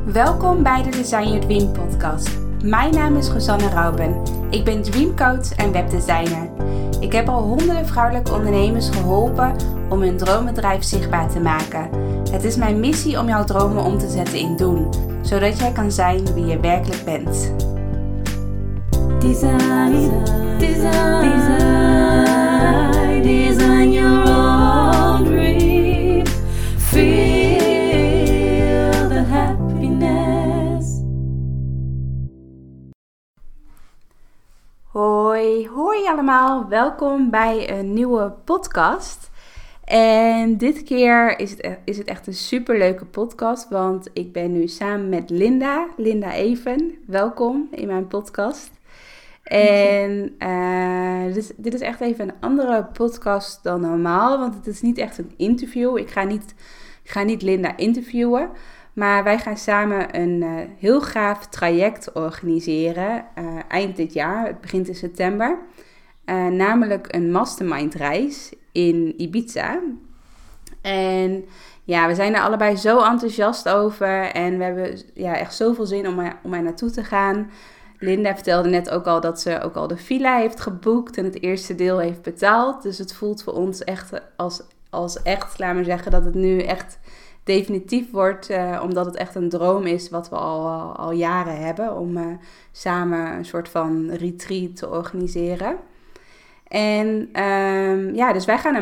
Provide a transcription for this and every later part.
Welkom bij de Design Your Dream podcast. Mijn naam is Rosanne Rauben. Ik ben dreamcoach en webdesigner. Ik heb al honderden vrouwelijke ondernemers geholpen om hun droombedrijf zichtbaar te maken. Het is mijn missie om jouw dromen om te zetten in doen, zodat jij kan zijn wie je werkelijk bent. Design your own dream. Feel the happiness. Hoi allemaal, welkom bij een nieuwe podcast. En dit keer is het echt een superleuke podcast, want ik ben nu samen met Linda Even. Welkom in mijn podcast. En dit is echt even een andere podcast dan normaal, want het is niet echt een interview. Ik ga niet Linda interviewen, maar wij gaan samen een heel gaaf traject organiseren eind dit jaar. Het begint in september, namelijk een mastermind reis in Ibiza. En ja, we zijn er allebei zo enthousiast over en we hebben echt zoveel zin om er naartoe te gaan. Linda vertelde net ook al dat ze ook al de villa heeft geboekt en het eerste deel heeft betaald. Dus het voelt voor ons echt als echt, laat maar zeggen, dat het nu echt definitief wordt. Omdat het echt een droom is wat we al jaren hebben om samen een soort van retreat te organiseren. En dus wij gaan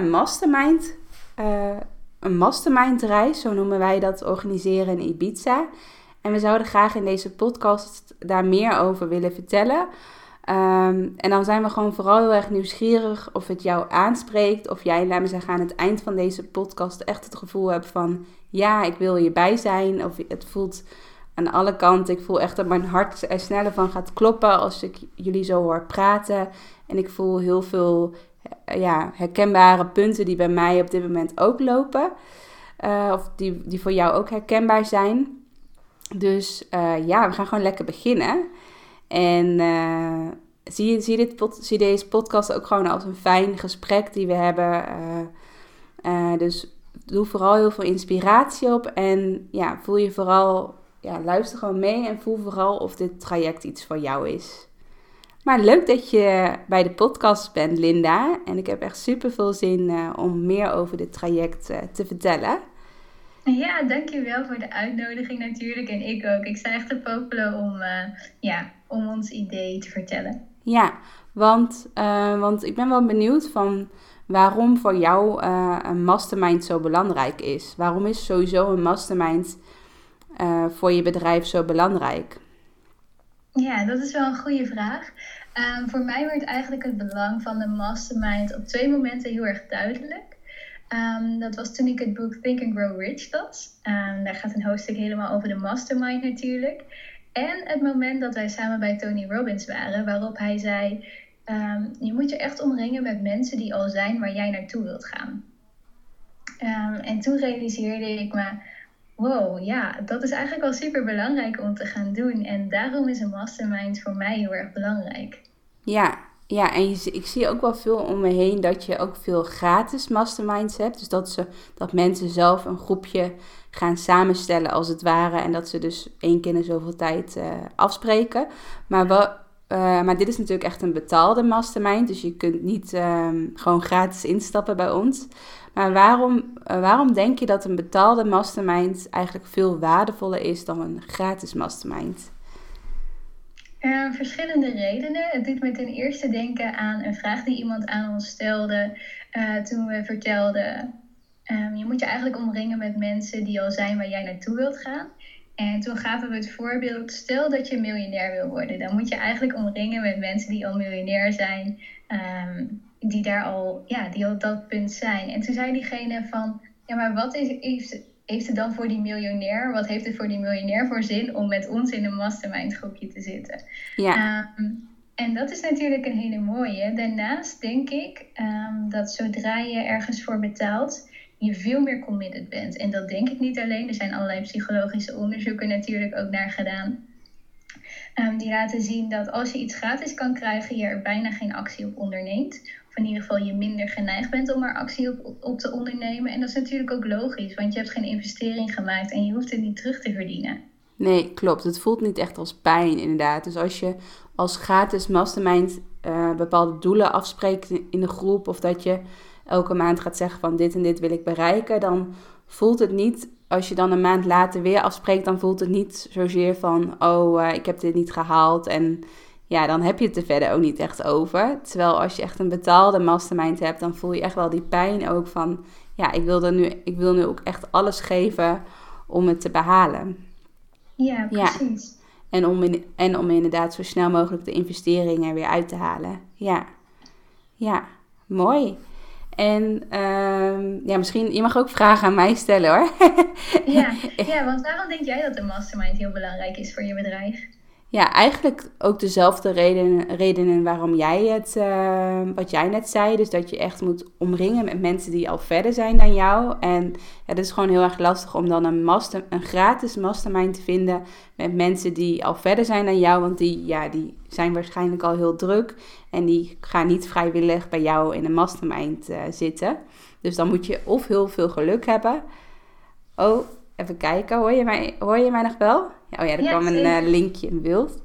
een mastermind reis, zo noemen wij dat, organiseren in Ibiza. En we zouden graag in deze podcast daar meer over willen vertellen. En dan zijn we gewoon vooral heel erg nieuwsgierig of het jou aanspreekt. Of jij, laat me zeggen, aan het eind van deze podcast echt het gevoel hebt van... Ja, ik wil hierbij zijn. Of het voelt aan alle kanten. Ik voel echt dat mijn hart er sneller van gaat kloppen als ik jullie zo hoor praten. En ik voel heel veel herkenbare punten die bij mij op dit moment ook lopen. Of die voor jou ook herkenbaar zijn. Dus we gaan gewoon lekker beginnen. En zie deze podcast ook gewoon als een fijn gesprek die we hebben. Dus doe vooral heel veel inspiratie op. En voel je vooral, luister gewoon mee en voel vooral of dit traject iets voor jou is. Maar leuk dat je bij de podcast bent, Linda. En ik heb echt super veel zin om meer over dit traject te vertellen. Ja, dankjewel voor de uitnodiging natuurlijk. En ik ook. Ik sta echt te popelen om ons idee te vertellen. Ja, want ik ben wel benieuwd van waarom voor jou een mastermind zo belangrijk is. Waarom is sowieso een mastermind voor je bedrijf zo belangrijk? Ja, dat is wel een goede vraag. Voor mij werd eigenlijk het belang van de mastermind op 2 momenten heel erg duidelijk. Dat was toen ik het boek Think and Grow Rich las. Daar gaat een hoofdstuk helemaal over de mastermind natuurlijk. En het moment dat wij samen bij Tony Robbins waren, waarop hij zei... je moet je echt omringen met mensen die al zijn waar jij naartoe wilt gaan. En toen realiseerde ik me... Wow, ja, dat is eigenlijk wel super belangrijk om te gaan doen. En daarom is een mastermind voor mij heel erg belangrijk. Ja, en ik zie ook wel veel om me heen dat je ook veel gratis masterminds hebt. Dus dat mensen zelf een groepje gaan samenstellen als het ware. En dat ze dus 1 keer in zoveel tijd afspreken. Maar dit is natuurlijk echt een betaalde mastermind. Dus je kunt niet gewoon gratis instappen bij ons. Maar waarom denk je dat een betaalde mastermind eigenlijk veel waardevoller is dan een gratis mastermind? Verschillende redenen. Het doet me ten eerste denken aan een vraag die iemand aan ons stelde toen we vertelden... je moet je eigenlijk omringen met mensen die al zijn waar jij naartoe wilt gaan. En toen gaven we het voorbeeld, stel dat je miljonair wil worden. Dan moet je eigenlijk omringen met mensen die al miljonair zijn, die al dat punt zijn. En toen zei diegene van, ja, maar wat heeft het dan voor die miljonair? Wat heeft het voor die miljonair voor zin om met ons in een mastermind groepje te zitten? Ja. En dat is natuurlijk een hele mooie. Daarnaast denk ik dat zodra je ergens voor betaalt, je veel meer committed bent. En dat denk ik niet alleen. Er zijn allerlei psychologische onderzoeken natuurlijk ook naar gedaan. Die laten zien dat als je iets gratis kan krijgen, je er bijna geen actie op onderneemt. Of in ieder geval je minder geneigd bent om er actie op te ondernemen. En dat is natuurlijk ook logisch, want je hebt geen investering gemaakt en je hoeft het niet terug te verdienen. Nee, klopt. Het voelt niet echt als pijn inderdaad. Dus als je als gratis mastermind bepaalde doelen afspreekt in de groep, of dat je elke maand gaat zeggen van dit en dit wil ik bereiken, dan voelt het niet, als je dan een maand later weer afspreekt, dan voelt het niet zozeer van ik heb dit niet gehaald en ja, dan heb je het er verder ook niet echt over. Terwijl als je echt een betaalde mastermind hebt, dan voel je echt wel die pijn ook van, ja, ik wil nu ook echt alles geven om het te behalen. Ja, Ja. precies. En om inderdaad zo snel mogelijk de investeringen weer uit te halen. Ja, ja, mooi. En misschien, je mag ook vragen aan mij stellen hoor. Ja, want waarom denk jij dat een mastermind heel belangrijk is voor je bedrijf? Ja, eigenlijk ook dezelfde redenen waarom jij wat jij net zei. Dus dat je echt moet omringen met mensen die al verder zijn dan jou. En ja, het is gewoon heel erg lastig om dan een gratis mastermind te vinden met mensen die al verder zijn dan jou. Want die zijn waarschijnlijk al heel druk en die gaan niet vrijwillig bij jou in een mastermind zitten. Dus dan moet je of heel veel geluk hebben. Oh, even kijken. Hoor je mij nog wel? Ja, er kwam een linkje in beeld.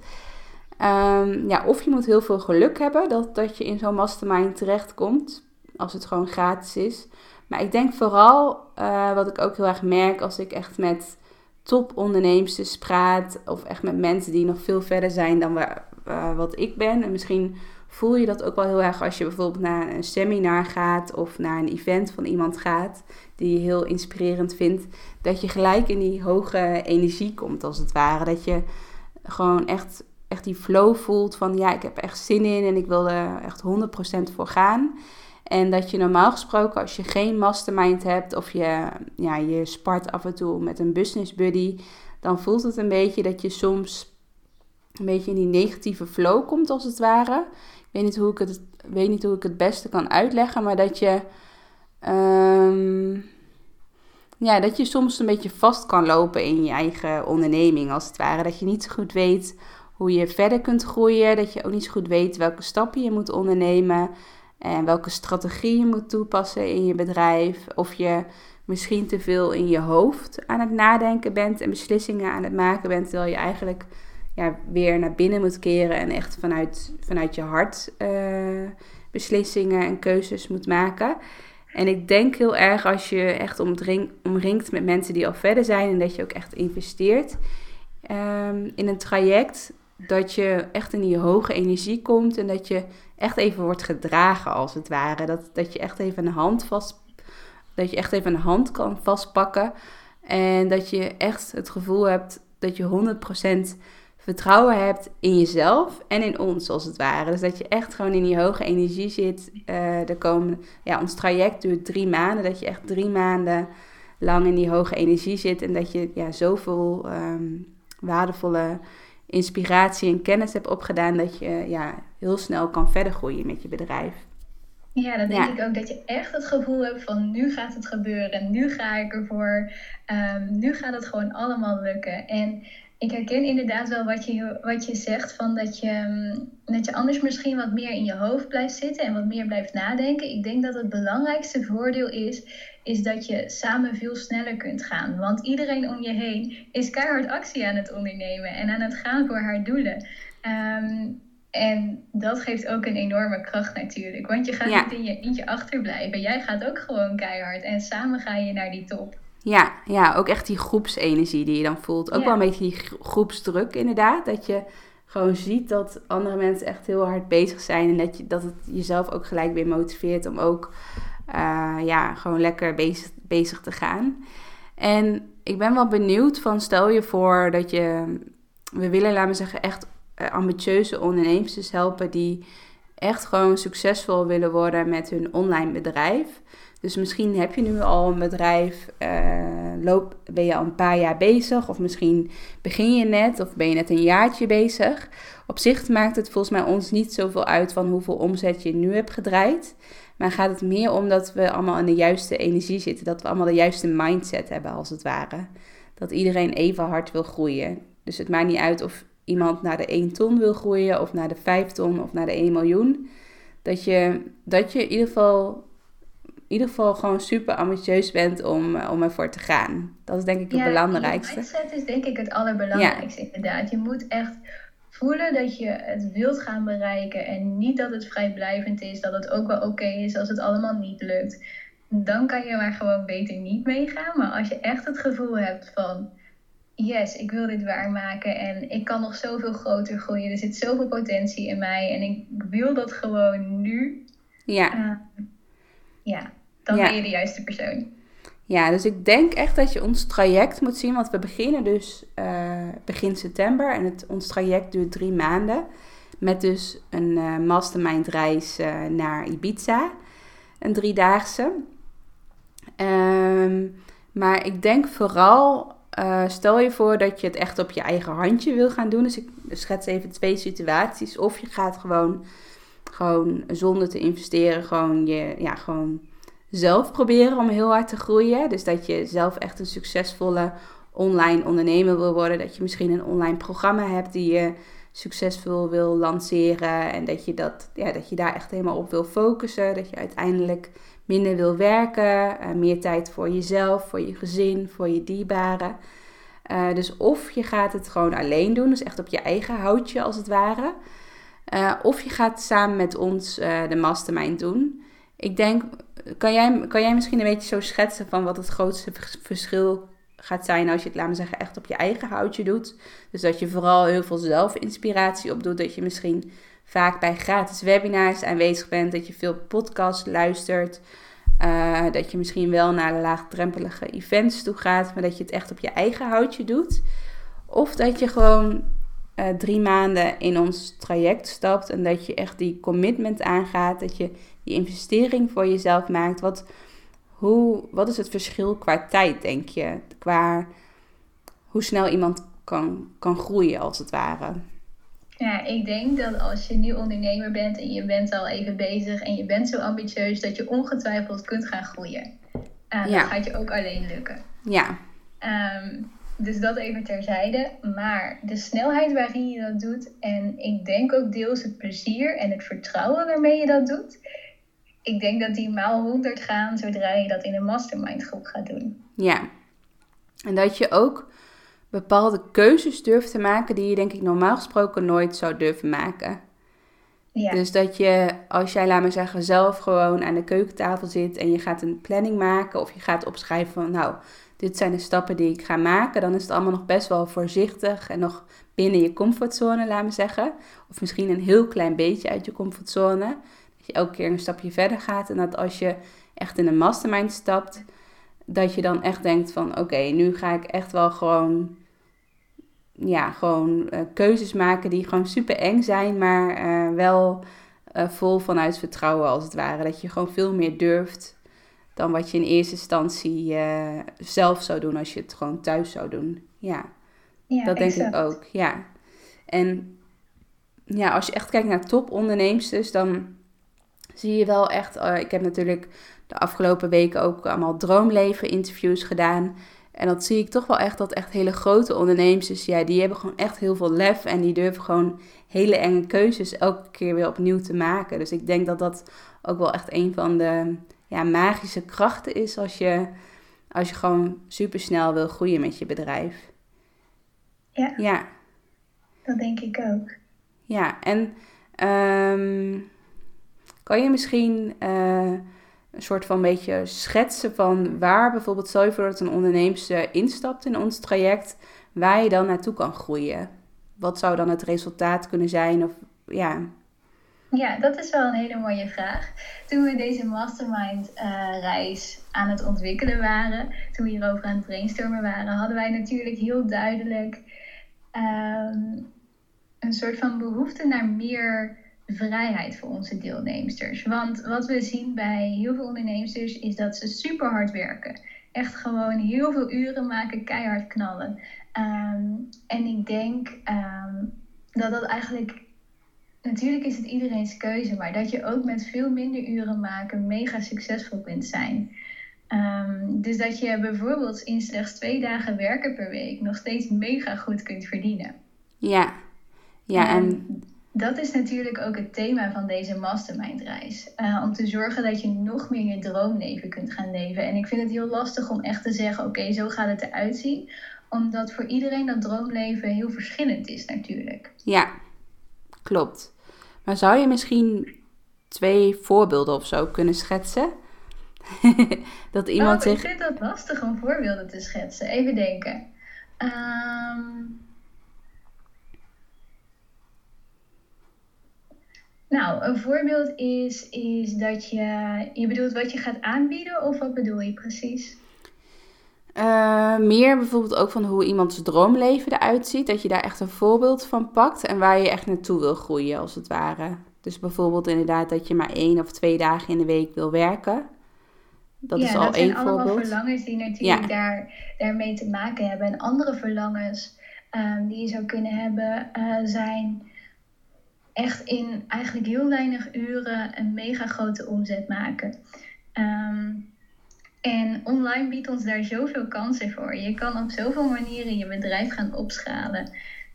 Of je moet heel veel geluk hebben dat je in zo'n mastermind terechtkomt. Als het gewoon gratis is. Maar ik denk vooral, wat ik ook heel erg merk als ik echt met topondernemers praat. Of echt met mensen die nog veel verder zijn dan wat ik ben. En misschien voel je dat ook wel heel erg als je bijvoorbeeld naar een seminar gaat. Of naar een event van iemand gaat die je heel inspirerend vindt. Dat je gelijk in die hoge energie komt als het ware. Dat je gewoon echt die flow voelt van ja, ik heb er echt zin in en ik wil er echt 100% voor gaan. En dat je normaal gesproken als je geen mastermind hebt of je spart af en toe met een business buddy, dan voelt het een beetje dat je soms een beetje in die negatieve flow komt als het ware. Ik weet niet hoe ik het beste kan uitleggen, maar dat je dat je soms een beetje vast kan lopen in je eigen onderneming als het ware. Dat je niet zo goed weet hoe je verder kunt groeien. Dat je ook niet zo goed weet welke stappen je moet ondernemen. En welke strategie je moet toepassen in je bedrijf. Of je misschien te veel in je hoofd aan het nadenken bent en beslissingen aan het maken bent. Terwijl je eigenlijk weer naar binnen moet keren en echt vanuit je hart beslissingen en keuzes moet maken. En ik denk heel erg als je echt omringt met mensen die al verder zijn en dat je ook echt investeert in een traject, dat je echt in die hoge energie komt en dat je echt even wordt gedragen als het ware. Dat je echt even een hand kan vastpakken en dat je echt het gevoel hebt dat je 100% vertrouwen hebt in jezelf en in ons als het ware. Dus dat je echt gewoon in die hoge energie zit. Ons traject duurt 3 maanden. Dat je echt 3 maanden lang in die hoge energie zit. En dat je zoveel waardevolle inspiratie en kennis hebt opgedaan. Dat je heel snel kan verder groeien met je bedrijf. Ja, dat denk ik ook. Dat je echt het gevoel hebt van nu gaat het gebeuren. Nu ga ik ervoor. Nu gaat het gewoon allemaal lukken. En ik herken inderdaad wel wat je zegt, van dat je anders misschien wat meer in je hoofd blijft zitten en wat meer blijft nadenken. Ik denk dat het belangrijkste voordeel is dat je samen veel sneller kunt gaan. Want iedereen om je heen is keihard actie aan het ondernemen en aan het gaan voor haar doelen. En dat geeft ook een enorme kracht natuurlijk. Want je gaat niet in je eentje achterblijven. Jij gaat ook gewoon keihard en samen ga je naar die top. Ja, ook echt die groepsenergie die je dan voelt. Ook wel een beetje die groepsdruk inderdaad. Dat je gewoon ziet dat andere mensen echt heel hard bezig zijn. En dat het jezelf ook gelijk weer motiveert om ook gewoon lekker bezig te gaan. En ik ben wel benieuwd van, stel je voor dat we willen, laten we zeggen, echt ambitieuze ondernemers helpen die echt gewoon succesvol willen worden met hun online bedrijf. Dus misschien heb je nu al een bedrijf, ben je al een paar jaar bezig of misschien begin je net of ben je net een jaartje bezig. Op zich maakt het volgens mij ons niet zoveel uit van hoeveel omzet je nu hebt gedraaid. Maar gaat het meer om dat we allemaal in de juiste energie zitten, dat we allemaal de juiste mindset hebben als het ware. Dat iedereen even hard wil groeien. Dus het maakt niet uit of iemand naar de 1 ton wil groeien of naar de 5 ton of naar de 1 miljoen. Dat je in ieder geval ieder geval gewoon super ambitieus bent om ervoor te gaan. Dat is denk ik het belangrijkste. Mindset is denk ik het allerbelangrijkste inderdaad. Je moet echt voelen dat je het wilt gaan bereiken en niet dat het vrijblijvend is, dat het ook wel oké is als het allemaal niet lukt. Dan kan je maar gewoon beter niet meegaan. Maar als je echt het gevoel hebt van, yes, ik wil dit waarmaken en ik kan nog zoveel groter groeien. Er zit zoveel potentie in mij en ik wil dat gewoon nu. Dan ben je de juiste persoon. Ja, dus ik denk echt dat je ons traject moet zien. Want we beginnen dus begin september. En ons traject duurt 3 maanden. Met dus een mastermind reis naar Ibiza. Een 3-daagse. Maar ik denk vooral, stel je voor dat je het echt op je eigen handje wil gaan doen. Dus ik schets even 2 situaties. Of je gaat gewoon zonder te investeren gewoon zelf proberen om heel hard te groeien. Dus dat je zelf echt een succesvolle online ondernemer wil worden. Dat je misschien een online programma hebt die je succesvol wil lanceren. En dat je daar echt helemaal op wil focussen. Dat je uiteindelijk minder wil werken. Meer tijd voor jezelf, voor je gezin, voor je dierbaren. Dus of je gaat het gewoon alleen doen. Dus echt op je eigen houtje als het ware. Of je gaat samen met ons de mastermind doen. Ik denk, kan jij misschien een beetje zo schetsen van wat het grootste verschil gaat zijn als je het, laten we zeggen, echt op je eigen houtje doet. Dus dat je vooral heel veel zelfinspiratie opdoet. Dat je misschien vaak bij gratis webinars aanwezig bent. Dat je veel podcasts luistert. Dat je misschien wel naar de laagdrempelige events toe gaat. Maar dat je het echt op je eigen houtje doet. Of dat je gewoon 3 maanden in ons traject stapt. En dat je echt die commitment aangaat. Dat je die investering voor jezelf maakt. Wat is het verschil qua tijd, denk je? Qua hoe snel iemand kan groeien, als het ware. Ja, ik denk dat als je nu ondernemer bent en je bent al even bezig en je bent zo ambitieus, dat je ongetwijfeld kunt gaan groeien. Dat gaat je ook alleen lukken. Ja. Dus dat even terzijde. Maar de snelheid waarin je dat doet, en ik denk ook deels het plezier en het vertrouwen waarmee je dat doet, ik denk dat die maal 100 gaan zodra je dat in een mastermind groep gaat doen. Ja. En dat je ook bepaalde keuzes durft te maken die je denk ik normaal gesproken nooit zou durven maken. Ja. Dus dat je, als jij, laat maar zeggen, zelf gewoon aan de keukentafel zit en je gaat een planning maken of je gaat opschrijven van, nou, dit zijn de stappen die ik ga maken, dan is het allemaal nog best wel voorzichtig en nog binnen je comfortzone, laat maar zeggen. Of misschien een heel klein beetje uit je comfortzone. Dat je elke keer een stapje verder gaat en dat als je echt in een mastermind stapt, dat je dan echt denkt van, oké, nu ga ik echt wel gewoon keuzes maken die gewoon super eng zijn, maar wel vol vanuit vertrouwen als het ware. Dat je gewoon veel meer durft dan wat je in eerste instantie zelf zou doen als je het gewoon thuis zou doen. Ja dat denk ik ook. Ja. En ja, als je echt kijkt naar topondernemers, dan zie je wel echt, ik heb natuurlijk de afgelopen weken ook allemaal droomleven interviews gedaan. En dat zie ik toch wel echt, dat echt hele grote ondernemers, die hebben gewoon echt heel veel lef. En die durven gewoon hele enge keuzes elke keer weer opnieuw te maken. Dus ik denk dat dat ook wel echt een van de magische krachten is als je gewoon super snel wil groeien met je bedrijf. Ja. Dat denk ik ook. Ja, en kan je misschien een soort van beetje schetsen van waar bijvoorbeeld, stel je voor dat een ondernemer instapt in ons traject, waar je dan naartoe kan groeien? Wat zou dan het resultaat kunnen zijn? Of, Ja, dat is wel een hele mooie vraag. Toen we deze mastermind reis aan het ontwikkelen waren, toen we hierover aan het brainstormen waren, hadden wij natuurlijk heel duidelijk een soort van behoefte naar meer vrijheid voor onze deelnemsters. Want wat we zien bij heel veel ondernemers is dat ze super hard werken. Echt gewoon heel veel uren maken, keihard knallen. En ik denk dat eigenlijk, natuurlijk is het iedereen's keuze, maar dat je ook met veel minder uren maken mega succesvol kunt zijn. Dus dat je bijvoorbeeld in slechts 2 dagen werken per week nog steeds mega goed kunt verdienen. Ja, en dat is natuurlijk ook het thema van deze mastermind-reis. Om te zorgen dat je nog meer je droomleven kunt gaan leven. En ik vind het heel lastig om echt te zeggen, oké, zo gaat het eruit zien. Omdat voor iedereen dat droomleven heel verschillend is natuurlijk. Ja, klopt. Maar zou je misschien 2 voorbeelden of zo kunnen schetsen? Dat iemand Ik vind dat lastig om voorbeelden te schetsen. Even denken. Nou, een voorbeeld is dat je bedoelt wat je gaat aanbieden of wat bedoel je precies? Meer bijvoorbeeld ook van hoe iemands droomleven eruit ziet. Dat je daar echt een voorbeeld van pakt en waar je echt naartoe wil groeien als het ware. Dus bijvoorbeeld inderdaad dat je maar 1 of 2 dagen in de week wil werken. Dat is al 1 voorbeeld. Ja, dat zijn allemaal verlangens die natuurlijk daarmee te maken hebben. En andere verlangens die je zou kunnen hebben zijn echt in eigenlijk heel weinig uren een mega grote omzet maken. En online biedt ons daar zoveel kansen voor. Je kan op zoveel manieren je bedrijf gaan opschalen.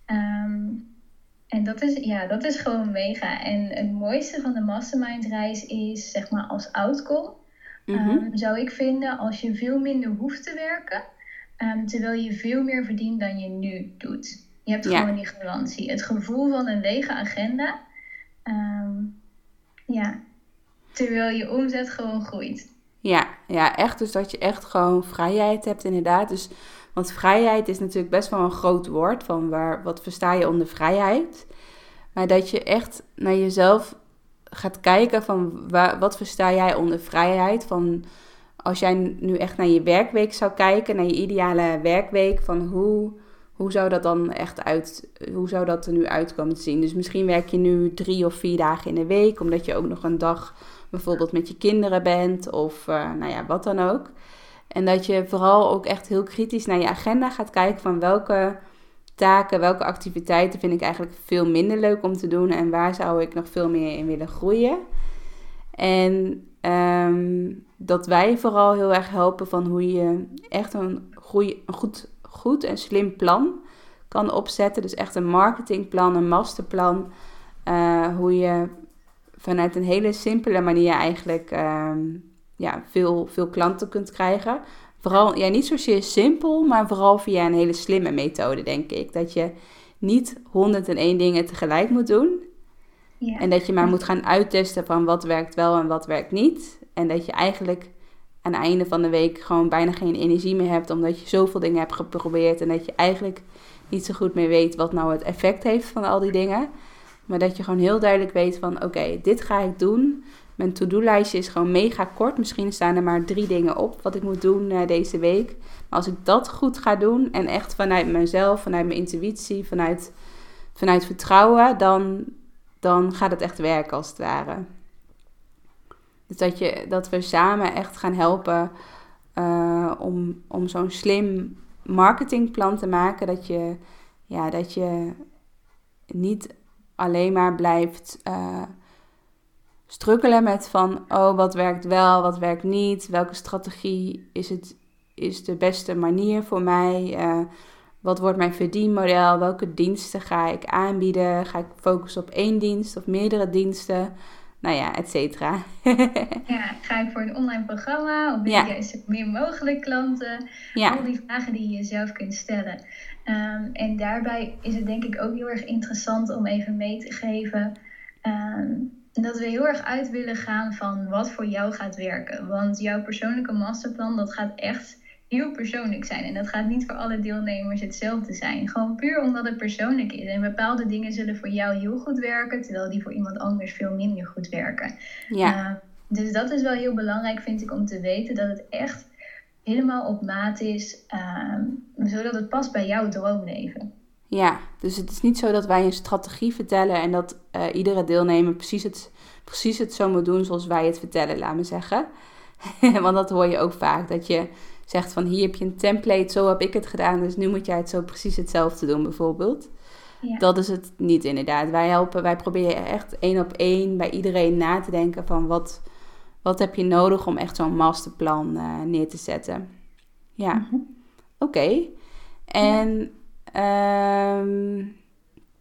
En dat is gewoon mega. En het mooiste van de mastermind-reis is, zeg maar, als outcome. Zou ik vinden, als je veel minder hoeft te werken, terwijl je veel meer verdient dan je nu doet. Je hebt gewoon die garantie. Het gevoel van een lege agenda. Terwijl je omzet gewoon groeit. Ja, echt. Dus dat je echt gewoon vrijheid hebt inderdaad. Dus, want vrijheid is natuurlijk best wel een groot woord. Van wat versta je onder vrijheid? Maar dat je echt naar jezelf gaat kijken van wat versta jij onder vrijheid? Van als jij nu echt naar je werkweek zou kijken, naar je ideale werkweek, van hoe zou dat dan echt hoe zou dat er nu uitkomen te zien? Dus misschien werk je nu 3 of 4 dagen in de week, omdat je ook nog een dag bijvoorbeeld met je kinderen bent of wat dan ook. En dat je vooral ook echt heel kritisch naar je agenda gaat kijken van welke taken, welke activiteiten vind ik eigenlijk veel minder leuk om te doen en waar zou ik nog veel meer in willen groeien. En dat wij vooral heel erg helpen van hoe je echt een goed en slim plan kan opzetten. Dus echt een marketingplan, een masterplan. Hoe je vanuit een hele simpele manier eigenlijk veel klanten kunt krijgen. Vooral, niet zozeer simpel, maar vooral via een hele slimme methode, denk ik. Dat je niet 101 dingen tegelijk moet doen. Ja. En dat je maar moet gaan uittesten van wat werkt wel en wat werkt niet. En dat je eigenlijk aan het einde van de week gewoon bijna geen energie meer hebt, omdat je zoveel dingen hebt geprobeerd. En dat je eigenlijk niet zo goed meer weet wat nou het effect heeft van al die dingen. Maar dat je gewoon heel duidelijk weet van oké, dit ga ik doen. Mijn to-do-lijstje is gewoon mega kort. Misschien staan er maar 3 dingen op wat ik moet doen deze week. Maar als ik dat goed ga doen en echt vanuit mezelf, vanuit mijn intuïtie, vanuit vertrouwen, dan gaat het echt werken als het ware. Dus dat we samen echt gaan helpen om zo'n slim marketingplan te maken. Dat je niet alleen maar blijft struggelen met van wat werkt wel, wat werkt niet. Welke strategie is de beste manier voor mij? Wat wordt mijn verdienmodel? Welke diensten ga ik aanbieden? Ga ik focussen op 1 dienst of meerdere diensten? Nou ja, et cetera. Ga ik voor een online programma? Of wil je juist meer mogelijk klanten? Al die vragen die je jezelf kunt stellen. En daarbij is het denk ik ook heel erg interessant om even mee te geven dat we heel erg uit willen gaan van wat voor jou gaat werken. Want jouw persoonlijke masterplan, dat gaat echt heel persoonlijk zijn. En dat gaat niet voor alle deelnemers hetzelfde zijn. Gewoon puur omdat het persoonlijk is. En bepaalde dingen zullen voor jou heel goed werken, terwijl die voor iemand anders veel minder goed werken. Ja. Dus dat is wel heel belangrijk, vind ik, om te weten dat het echt helemaal op maat is, zodat het past bij jouw droomleven. Ja, dus het is niet zo dat wij een strategie vertellen en dat iedere deelnemer precies het zo moet doen zoals wij het vertellen, laat me zeggen. Want dat hoor je ook vaak, dat je zegt van hier heb je een template, zo heb ik het gedaan, dus nu moet jij het zo precies hetzelfde doen bijvoorbeeld. Ja. Dat is het niet inderdaad. Wij proberen echt 1 op 1 bij iedereen na te denken van wat heb je nodig om echt zo'n masterplan neer te zetten. Ja, Oké. En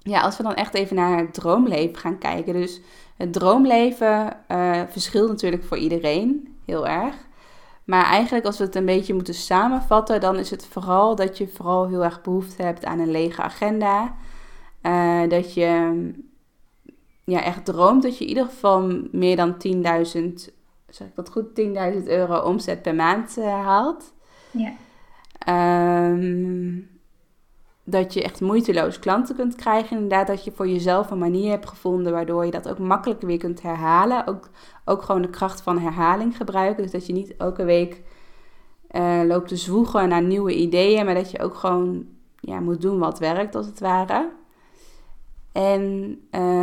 als we dan echt even naar het droomleven gaan kijken. Dus het droomleven verschilt natuurlijk voor iedereen heel erg. Maar eigenlijk als we het een beetje moeten samenvatten, dan is het vooral dat je vooral heel erg behoefte hebt aan een lege agenda. Dat je echt droomt dat je in ieder geval meer dan 10.000, zeg ik dat goed, 10.000 euro omzet per maand haalt. Ja. Dat je echt moeiteloos klanten kunt krijgen. Inderdaad, dat je voor jezelf een manier hebt gevonden waardoor je dat ook makkelijker weer kunt herhalen. Ook gewoon de kracht van herhaling gebruiken. Dus dat je niet elke week loopt te zwoegen naar nieuwe ideeën, maar dat je ook gewoon moet doen wat werkt, als het ware. En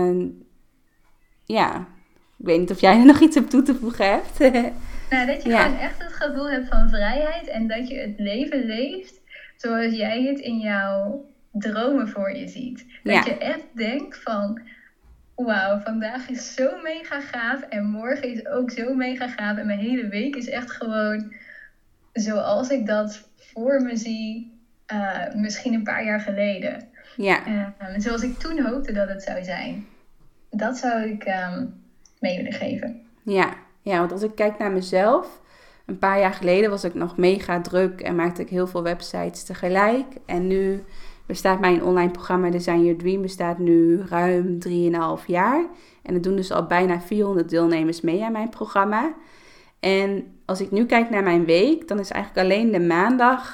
ik weet niet of jij er nog iets op toe te voegen hebt. Nou, dat je gewoon echt het gevoel hebt van vrijheid en dat je het leven leeft zoals jij het in jouw dromen voor je ziet. Dat je echt denkt van, wauw, vandaag is zo mega gaaf en morgen is ook zo mega gaaf. En mijn hele week is echt gewoon zoals ik dat voor me zie, misschien een paar jaar geleden. Ja. Zoals ik toen hoopte dat het zou zijn. Dat zou ik mee willen geven. Ja, want als ik kijk naar mezelf, een paar jaar geleden was ik nog mega druk en maakte ik heel veel websites tegelijk. En nu bestaat mijn online programma Design Your Dream bestaat nu ruim 3,5 jaar. En er doen dus al bijna 400 deelnemers mee aan mijn programma. En als ik nu kijk naar mijn week, dan is eigenlijk alleen de maandag.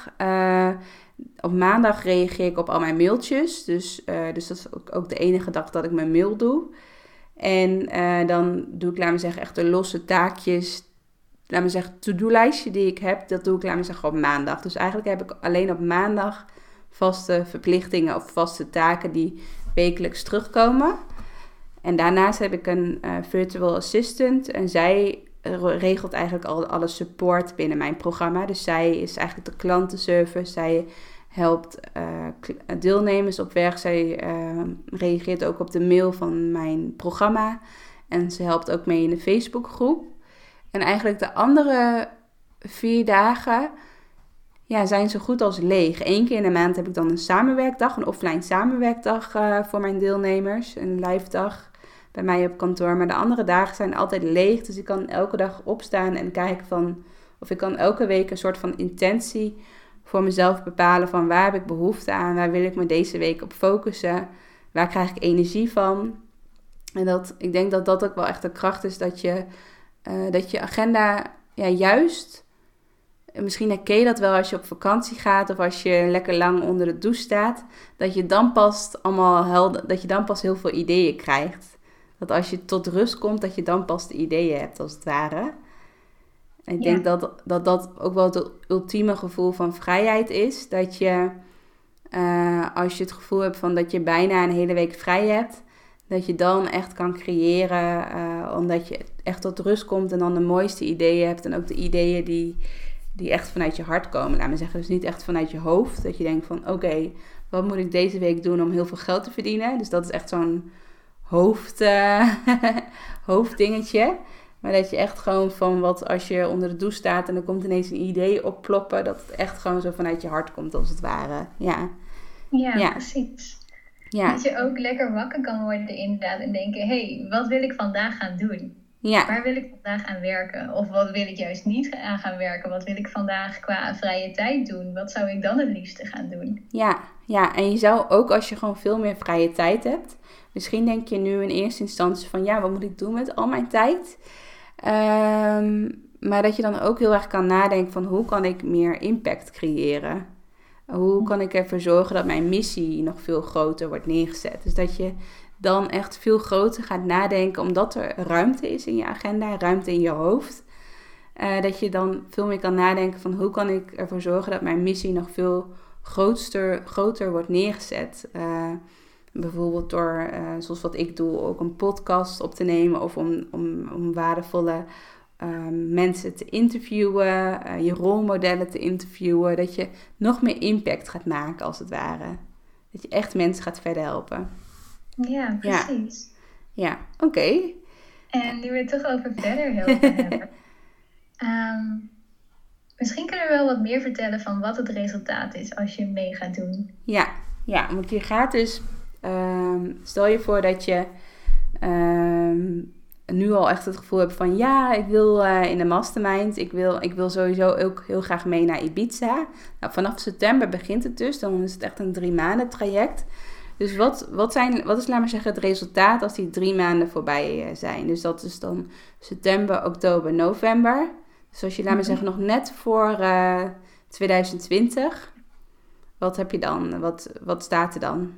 Op maandag reageer ik op al mijn mailtjes. Dus dat is ook de enige dag dat ik mijn mail doe. En dan doe ik, laat me zeggen, echt de losse taakjes. Laat me zeggen, to-do-lijstje die ik heb, dat doe ik, laat me zeggen, op maandag. Dus eigenlijk heb ik alleen op maandag vaste verplichtingen of vaste taken die wekelijks terugkomen. En daarnaast heb ik een virtual assistant en zij regelt eigenlijk al alle support binnen mijn programma. Dus zij is eigenlijk de klantenservice, zij helpt deelnemers op weg. Zij reageert ook op de mail van mijn programma. En ze helpt ook mee in de Facebookgroep. En eigenlijk de andere 4 dagen zijn zo goed als leeg. 1 keer in de maand heb ik dan een samenwerkdag, een offline samenwerkdag voor mijn deelnemers. Een live dag bij mij op kantoor. Maar de andere dagen zijn altijd leeg. Dus ik kan elke dag opstaan en kijken of ik kan elke week een soort van intentie voor mezelf bepalen van waar heb ik behoefte aan, waar wil ik me deze week op focussen, waar krijg ik energie van. En ik denk dat dat ook wel echt de kracht is dat je agenda juist, misschien herken je dat wel als je op vakantie gaat of als je lekker lang onder de douche staat, dat je dan pas heel veel ideeën krijgt. Dat als je tot rust komt, dat je dan pas de ideeën hebt, als het ware. En ik denk dat ook wel het ultieme gevoel van vrijheid is. Dat je, als je het gevoel hebt van dat je bijna een hele week vrij hebt, dat je dan echt kan creëren, omdat je echt tot rust komt en dan de mooiste ideeën hebt. En ook de ideeën die echt vanuit je hart komen, laat me zeggen. Dus niet echt vanuit je hoofd. Dat je denkt van oké, wat moet ik deze week doen om heel veel geld te verdienen? Dus dat is echt zo'n hoofddingetje. Maar dat je echt gewoon van wat als je onder de douche staat en er komt ineens een idee opploppen, dat het echt gewoon zo vanuit je hart komt, als het ware. Ja, precies. Ja. Dat je ook lekker wakker kan worden inderdaad en denken, hey, wat wil ik vandaag gaan doen? Ja. Waar wil ik vandaag aan werken? Of wat wil ik juist niet aan gaan werken? Wat wil ik vandaag qua vrije tijd doen? Wat zou ik dan het liefste gaan doen? Ja, en je zou ook als je gewoon veel meer vrije tijd hebt, misschien denk je nu in eerste instantie van wat moet ik doen met al mijn tijd? Maar dat je dan ook heel erg kan nadenken van hoe kan ik meer impact creëren? Hoe kan ik ervoor zorgen dat mijn missie nog veel groter wordt neergezet? Dus dat je dan echt veel groter gaat nadenken, omdat er ruimte is in je agenda, ruimte in je hoofd. Dat je dan veel meer kan nadenken van hoe kan ik ervoor zorgen dat mijn missie nog veel groter wordt neergezet. Bijvoorbeeld door, zoals wat ik doe, ook een podcast op te nemen of om waardevolle mensen te interviewen, je rolmodellen te interviewen. Dat je nog meer impact gaat maken, als het ware. Dat je echt mensen gaat verder helpen. Ja, precies. Ja, oké. En nu we het toch over verder helpen hebben. Misschien kunnen we wel wat meer vertellen van wat het resultaat is als je mee gaat doen. Ja, want je gaat dus Stel je voor dat je nu al echt het gevoel hebt van ja, ik wil in de mastermind. Ik wil sowieso ook heel graag mee naar Ibiza. Nou, vanaf september begint het dus. Dan is het echt een 3 maanden traject. Dus wat is, laat maar zeggen, het resultaat als die 3 maanden voorbij zijn? Dus dat is dan september, oktober, november. Dus als je, laat maar zeggen, nog net voor 2020. Wat heb je dan? Wat staat er dan?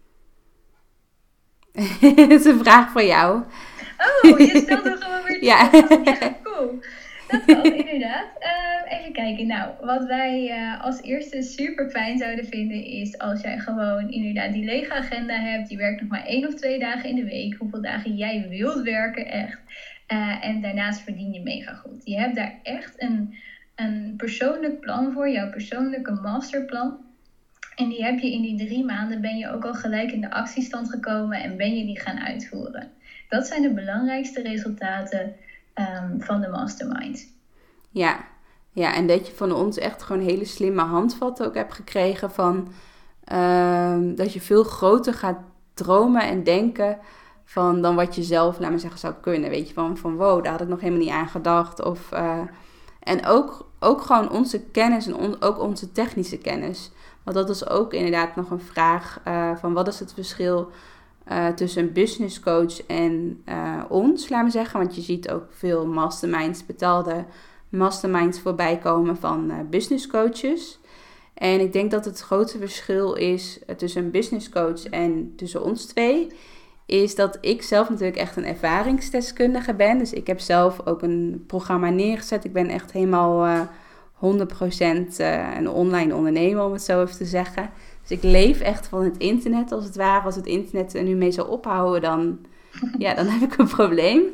Het is een vraag voor jou. Oh, je stelt er gewoon weer Ja. Dat is echt cool. Dat kan, inderdaad. Even kijken. Nou, wat wij als eerste super fijn zouden vinden is als jij gewoon inderdaad die lege agenda hebt. Je werkt nog maar 1 of 2 dagen in de week. Hoeveel dagen jij wilt werken, echt. En daarnaast verdien je mega goed. Je hebt daar echt een persoonlijk plan voor. Jouw persoonlijke masterplan. En die heb je in die 3 maanden, ben je ook al gelijk in de actiestand gekomen en ben je die gaan uitvoeren. Dat zijn de belangrijkste resultaten van de mastermind. Ja, en dat je van ons echt gewoon hele slimme handvatten ook hebt gekregen van dat je veel groter gaat dromen en denken dan wat je zelf, laat maar zeggen, zou kunnen. Weet je, van wow, daar had ik nog helemaal niet aan gedacht. En ook gewoon onze kennis en ook onze technische kennis. Want dat is ook inderdaad nog een vraag van wat is het verschil tussen een business coach en ons, laat maar zeggen. Want je ziet ook veel masterminds, betaalde masterminds voorbij komen van business coaches. En ik denk dat het grootste verschil is tussen een business coach en tussen ons twee, is dat ik zelf natuurlijk echt een ervaringsdeskundige ben. Dus ik heb zelf ook een programma neergezet. Ik ben echt helemaal 100% een online ondernemer, om het zo even te zeggen. Dus ik leef echt van het internet, als het ware. Als het internet er nu mee zou ophouden, dan heb ik een probleem.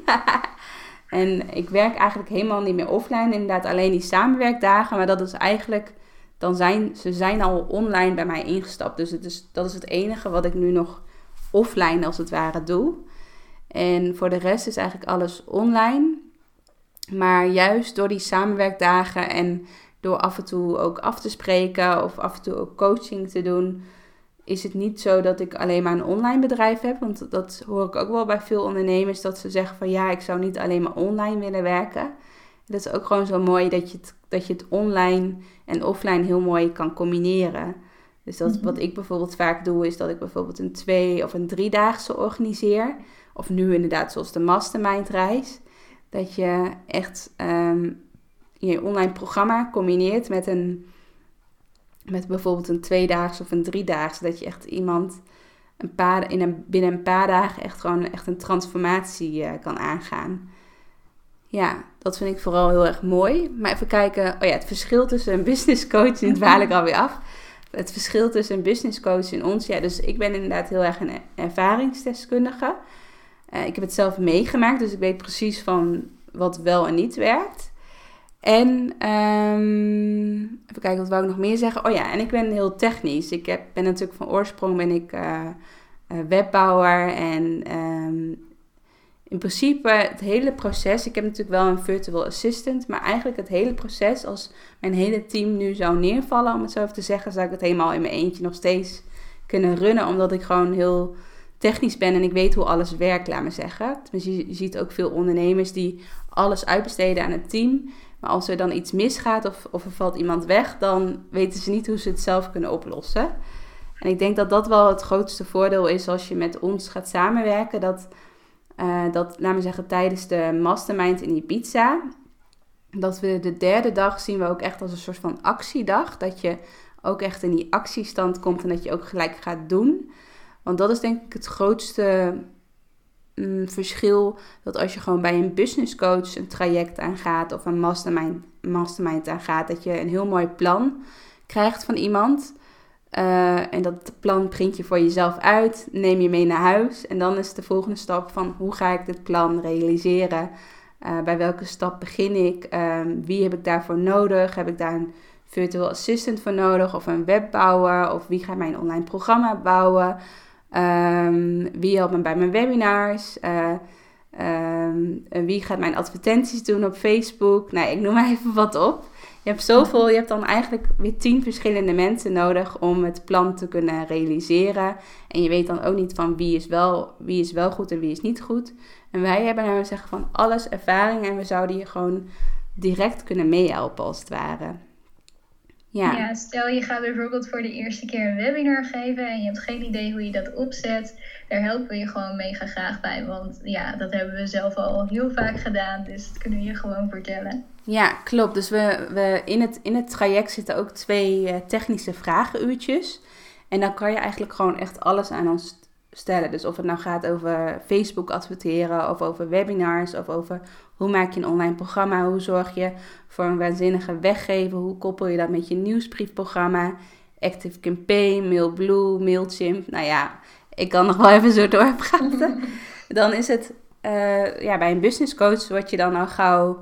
En ik werk eigenlijk helemaal niet meer offline. Inderdaad, alleen die samenwerkdagen. Maar dat is eigenlijk, ze zijn al online bij mij ingestapt. Dus dat is het enige wat ik nu nog offline, als het ware, doe. En voor de rest is eigenlijk alles online. Maar juist door die samenwerkdagen en door af en toe ook af te spreken of af en toe ook coaching te doen, is het niet zo dat ik alleen maar een online bedrijf heb. Want dat hoor ik ook wel bij veel ondernemers, dat ze zeggen van ja, ik zou niet alleen maar online willen werken. Dat is ook gewoon zo mooi dat je het online en offline heel mooi kan combineren. Dus dat, wat ik bijvoorbeeld vaak doe, is dat ik bijvoorbeeld een 2 of een 3-daagse organiseer. Of nu inderdaad zoals de mastermind reis. Dat je echt je online programma combineert met bijvoorbeeld een 2-daagse of een 3-daagse. Dat je echt iemand binnen een paar dagen echt een transformatie kan aangaan. Ja, dat vind ik vooral heel erg mooi. Maar even kijken, het verschil tussen een business coach, nu dwaal ik alweer af. Het verschil tussen een business coach en ons. Ja, dus ik ben inderdaad heel erg een ervaringsdeskundige. Ik heb het zelf meegemaakt, dus ik weet precies van wat wel en niet werkt. En even kijken, wat wou ik nog meer zeggen? En ik ben heel technisch. Ben natuurlijk van oorsprong webbouwer en in principe het hele proces. Ik heb natuurlijk wel een virtual assistant, maar eigenlijk het hele proces, als mijn hele team nu zou neervallen, om het zo even te zeggen, zou ik het helemaal in mijn eentje nog steeds kunnen runnen, omdat ik gewoon heel technisch ben en ik weet hoe alles werkt, laat maar zeggen. Dus je ziet ook veel ondernemers die alles uitbesteden aan het team. Maar als er dan iets misgaat of er valt iemand weg, dan weten ze niet hoe ze het zelf kunnen oplossen. En ik denk dat dat wel het grootste voordeel is als je met ons gaat samenwerken. Dat laat maar zeggen, tijdens de mastermind in Ibiza, dat we de 3e dag zien we ook echt als een soort van actiedag. Dat je ook echt in die actiestand komt en dat je ook gelijk gaat doen. Want dat is denk ik het grootste verschil, dat als je gewoon bij een business coach een traject aangaat of een mastermind aangaat, dat je een heel mooi plan krijgt van iemand. En dat plan print je voor jezelf uit, neem je mee naar huis. En dan is de volgende stap van hoe ga ik dit plan realiseren? Bij welke stap begin ik? Wie heb ik daarvoor nodig? Heb ik daar een virtual assistant voor nodig? Of een webbouwer? Of wie gaat mijn online programma bouwen? Wie helpt me bij mijn webinars? Wie gaat mijn advertenties doen op Facebook? Nou, ik noem maar even wat op. je hebt dan eigenlijk weer 10 verschillende mensen nodig om het plan te kunnen realiseren. En je weet dan ook niet van wie is wel goed en wie is niet goed. En wij hebben nou zeggen van alles ervaring en we zouden je gewoon direct kunnen meehelpen als het ware. Ja, stel je gaat bijvoorbeeld voor de eerste keer een webinar geven en je hebt geen idee hoe je dat opzet. Daar helpen we je gewoon mega graag bij, want ja, dat hebben we zelf al heel vaak gedaan, dus dat kunnen we je gewoon vertellen. Ja, klopt. Dus we in het traject zitten ook 2 technische vragenuurtjes. En dan kan je eigenlijk gewoon echt alles aan ons stellen. Dus of het nou gaat over Facebook adverteren, of over webinars, of over hoe maak je een online programma, hoe zorg je voor een waanzinnige weggeven, hoe koppel je dat met je nieuwsbriefprogramma, Active Campaign, Mailblue, Mailchimp. Nou ja, ik kan nog wel even zo doorpraten. Dan is het bij een business coach word je dan al gauw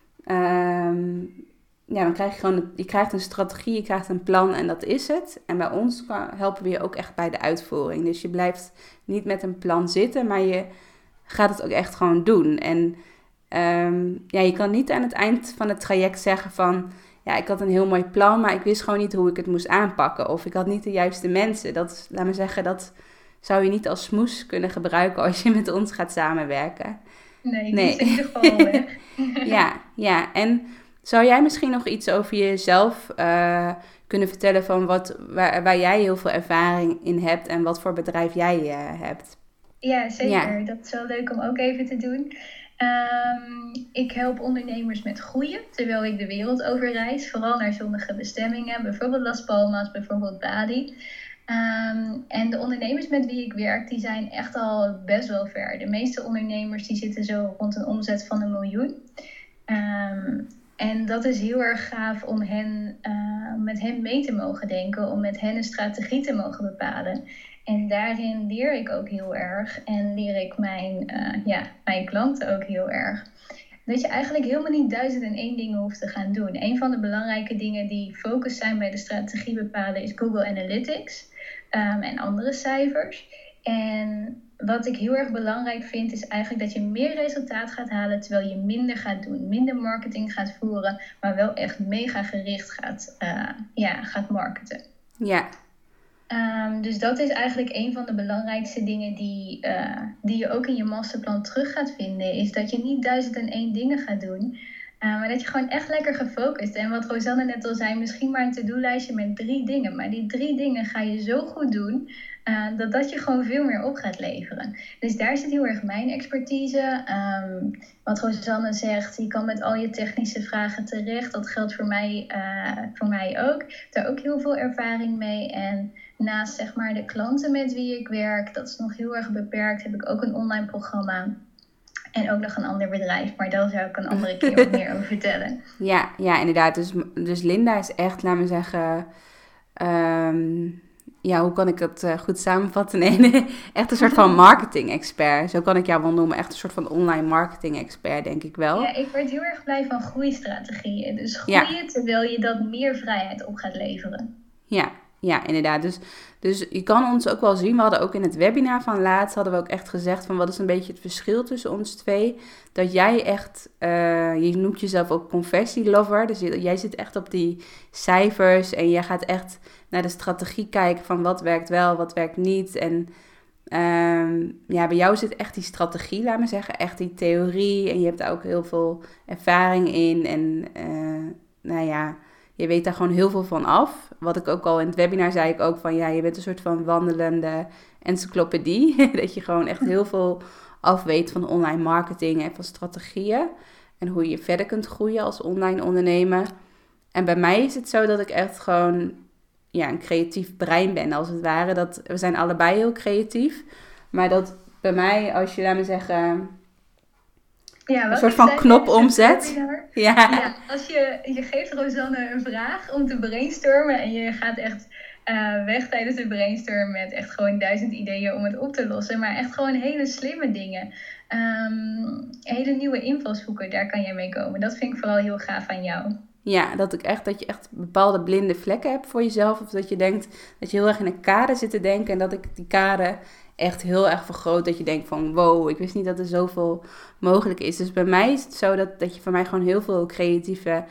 dan krijg je gewoon, je krijgt een strategie, je krijgt een plan en dat is het. En bij ons helpen we je ook echt bij de uitvoering. Dus je blijft niet met een plan zitten, maar je gaat het ook echt gewoon doen. En je kan niet aan het eind van het traject zeggen van, ja, ik had een heel mooi plan, maar ik wist gewoon niet hoe ik het moest aanpakken. Of ik had niet de juiste mensen. Laat me zeggen, dat zou je niet als smoes kunnen gebruiken als je met ons gaat samenwerken. Nee. Die is in ieder geval weg. Ja. En zou jij misschien nog iets over jezelf kunnen vertellen van waar jij heel veel ervaring in hebt en wat voor bedrijf jij hebt? Ja, zeker. Ja. Dat is wel leuk om ook even te doen. Ik help ondernemers met groeien, terwijl ik de wereld over reis, vooral naar zonnige bestemmingen, bijvoorbeeld Las Palmas, bijvoorbeeld Bali. En de ondernemers met wie ik werk, die zijn echt al best wel ver. De meeste ondernemers die zitten zo rond een omzet van 1 miljoen. En dat is heel erg gaaf om met hen mee te mogen denken, om met hen een strategie te mogen bepalen. En daarin leer ik ook heel erg en leer ik mijn klanten ook heel erg. Dat je eigenlijk helemaal niet 1001 dingen hoeft te gaan doen. Een van de belangrijke dingen die focus zijn bij de strategie bepalen is Google Analytics en andere cijfers. En wat ik heel erg belangrijk vind is eigenlijk dat je meer resultaat gaat halen terwijl je minder gaat doen. Minder marketing gaat voeren, maar wel echt mega gericht gaat marketen. Ja. Dus dat is eigenlijk een van de belangrijkste dingen die je ook in je masterplan terug gaat vinden. Is dat je niet 1001 dingen gaat doen. Maar dat je gewoon echt lekker gefocust. En wat Rosanne net al zei, misschien maar een to-do-lijstje met 3 dingen. Maar die 3 dingen ga je zo goed doen dat je gewoon veel meer op gaat leveren. Dus daar zit heel erg mijn expertise. Wat Rosanne zegt, je kan met al je technische vragen terecht. Dat geldt voor mij ook. Ik heb daar ook heel veel ervaring mee. En naast zeg maar de klanten met wie ik werk, dat is nog heel erg beperkt, heb ik ook een online programma. En ook nog een ander bedrijf, maar daar zou ik een andere keer wat meer over vertellen. Ja, inderdaad. Dus Linda is echt, laat me zeggen, hoe kan ik het goed samenvatten? Nee, echt een soort van marketing-expert. Zo kan ik jou wel noemen. Echt een soort van online marketing-expert, denk ik wel. Ja, ik word heel erg blij van groeistrategieën. Dus groeien terwijl je dat meer vrijheid op gaat leveren. Ja, inderdaad. Dus je kan ons ook wel zien. We hadden ook in het webinar van laatst hadden we ook echt gezegd van wat is een beetje het verschil tussen ons 2. Dat jij echt, je noemt jezelf ook conversielover. Dus jij zit echt op die cijfers en jij gaat echt naar de strategie kijken van wat werkt wel, wat werkt niet. En bij jou zit echt die strategie, laat me zeggen. Echt die theorie en je hebt daar ook heel veel ervaring in. En je weet daar gewoon heel veel van af. Wat ik ook al in het webinar zei ik ook van, je bent een soort van wandelende encyclopedie. Dat je gewoon echt heel veel af weet van online marketing en van strategieën. En hoe je verder kunt groeien als online ondernemer. En bij mij is het zo dat ik echt gewoon een creatief brein ben, als het ware. We zijn allebei heel creatief. Maar dat bij mij, als je, laat me zeggen, een soort van knop omzet. Ja, als je geeft Rosanne een vraag om te brainstormen en je gaat echt weg tijdens de brainstorm met echt gewoon 1000 ideeën om het op te lossen. Maar echt gewoon hele slimme dingen. Hele nieuwe invalshoeken, daar kan jij mee komen. Dat vind ik vooral heel gaaf aan jou. Ja, dat je echt bepaalde blinde vlekken hebt voor jezelf. Of dat je denkt dat je heel erg in een kade zit te denken. En dat ik die kade echt heel erg vergroot. Dat je denkt van wow, ik wist niet dat er zoveel mogelijk is. Dus bij mij is het zo dat je van mij gewoon heel veel creatieve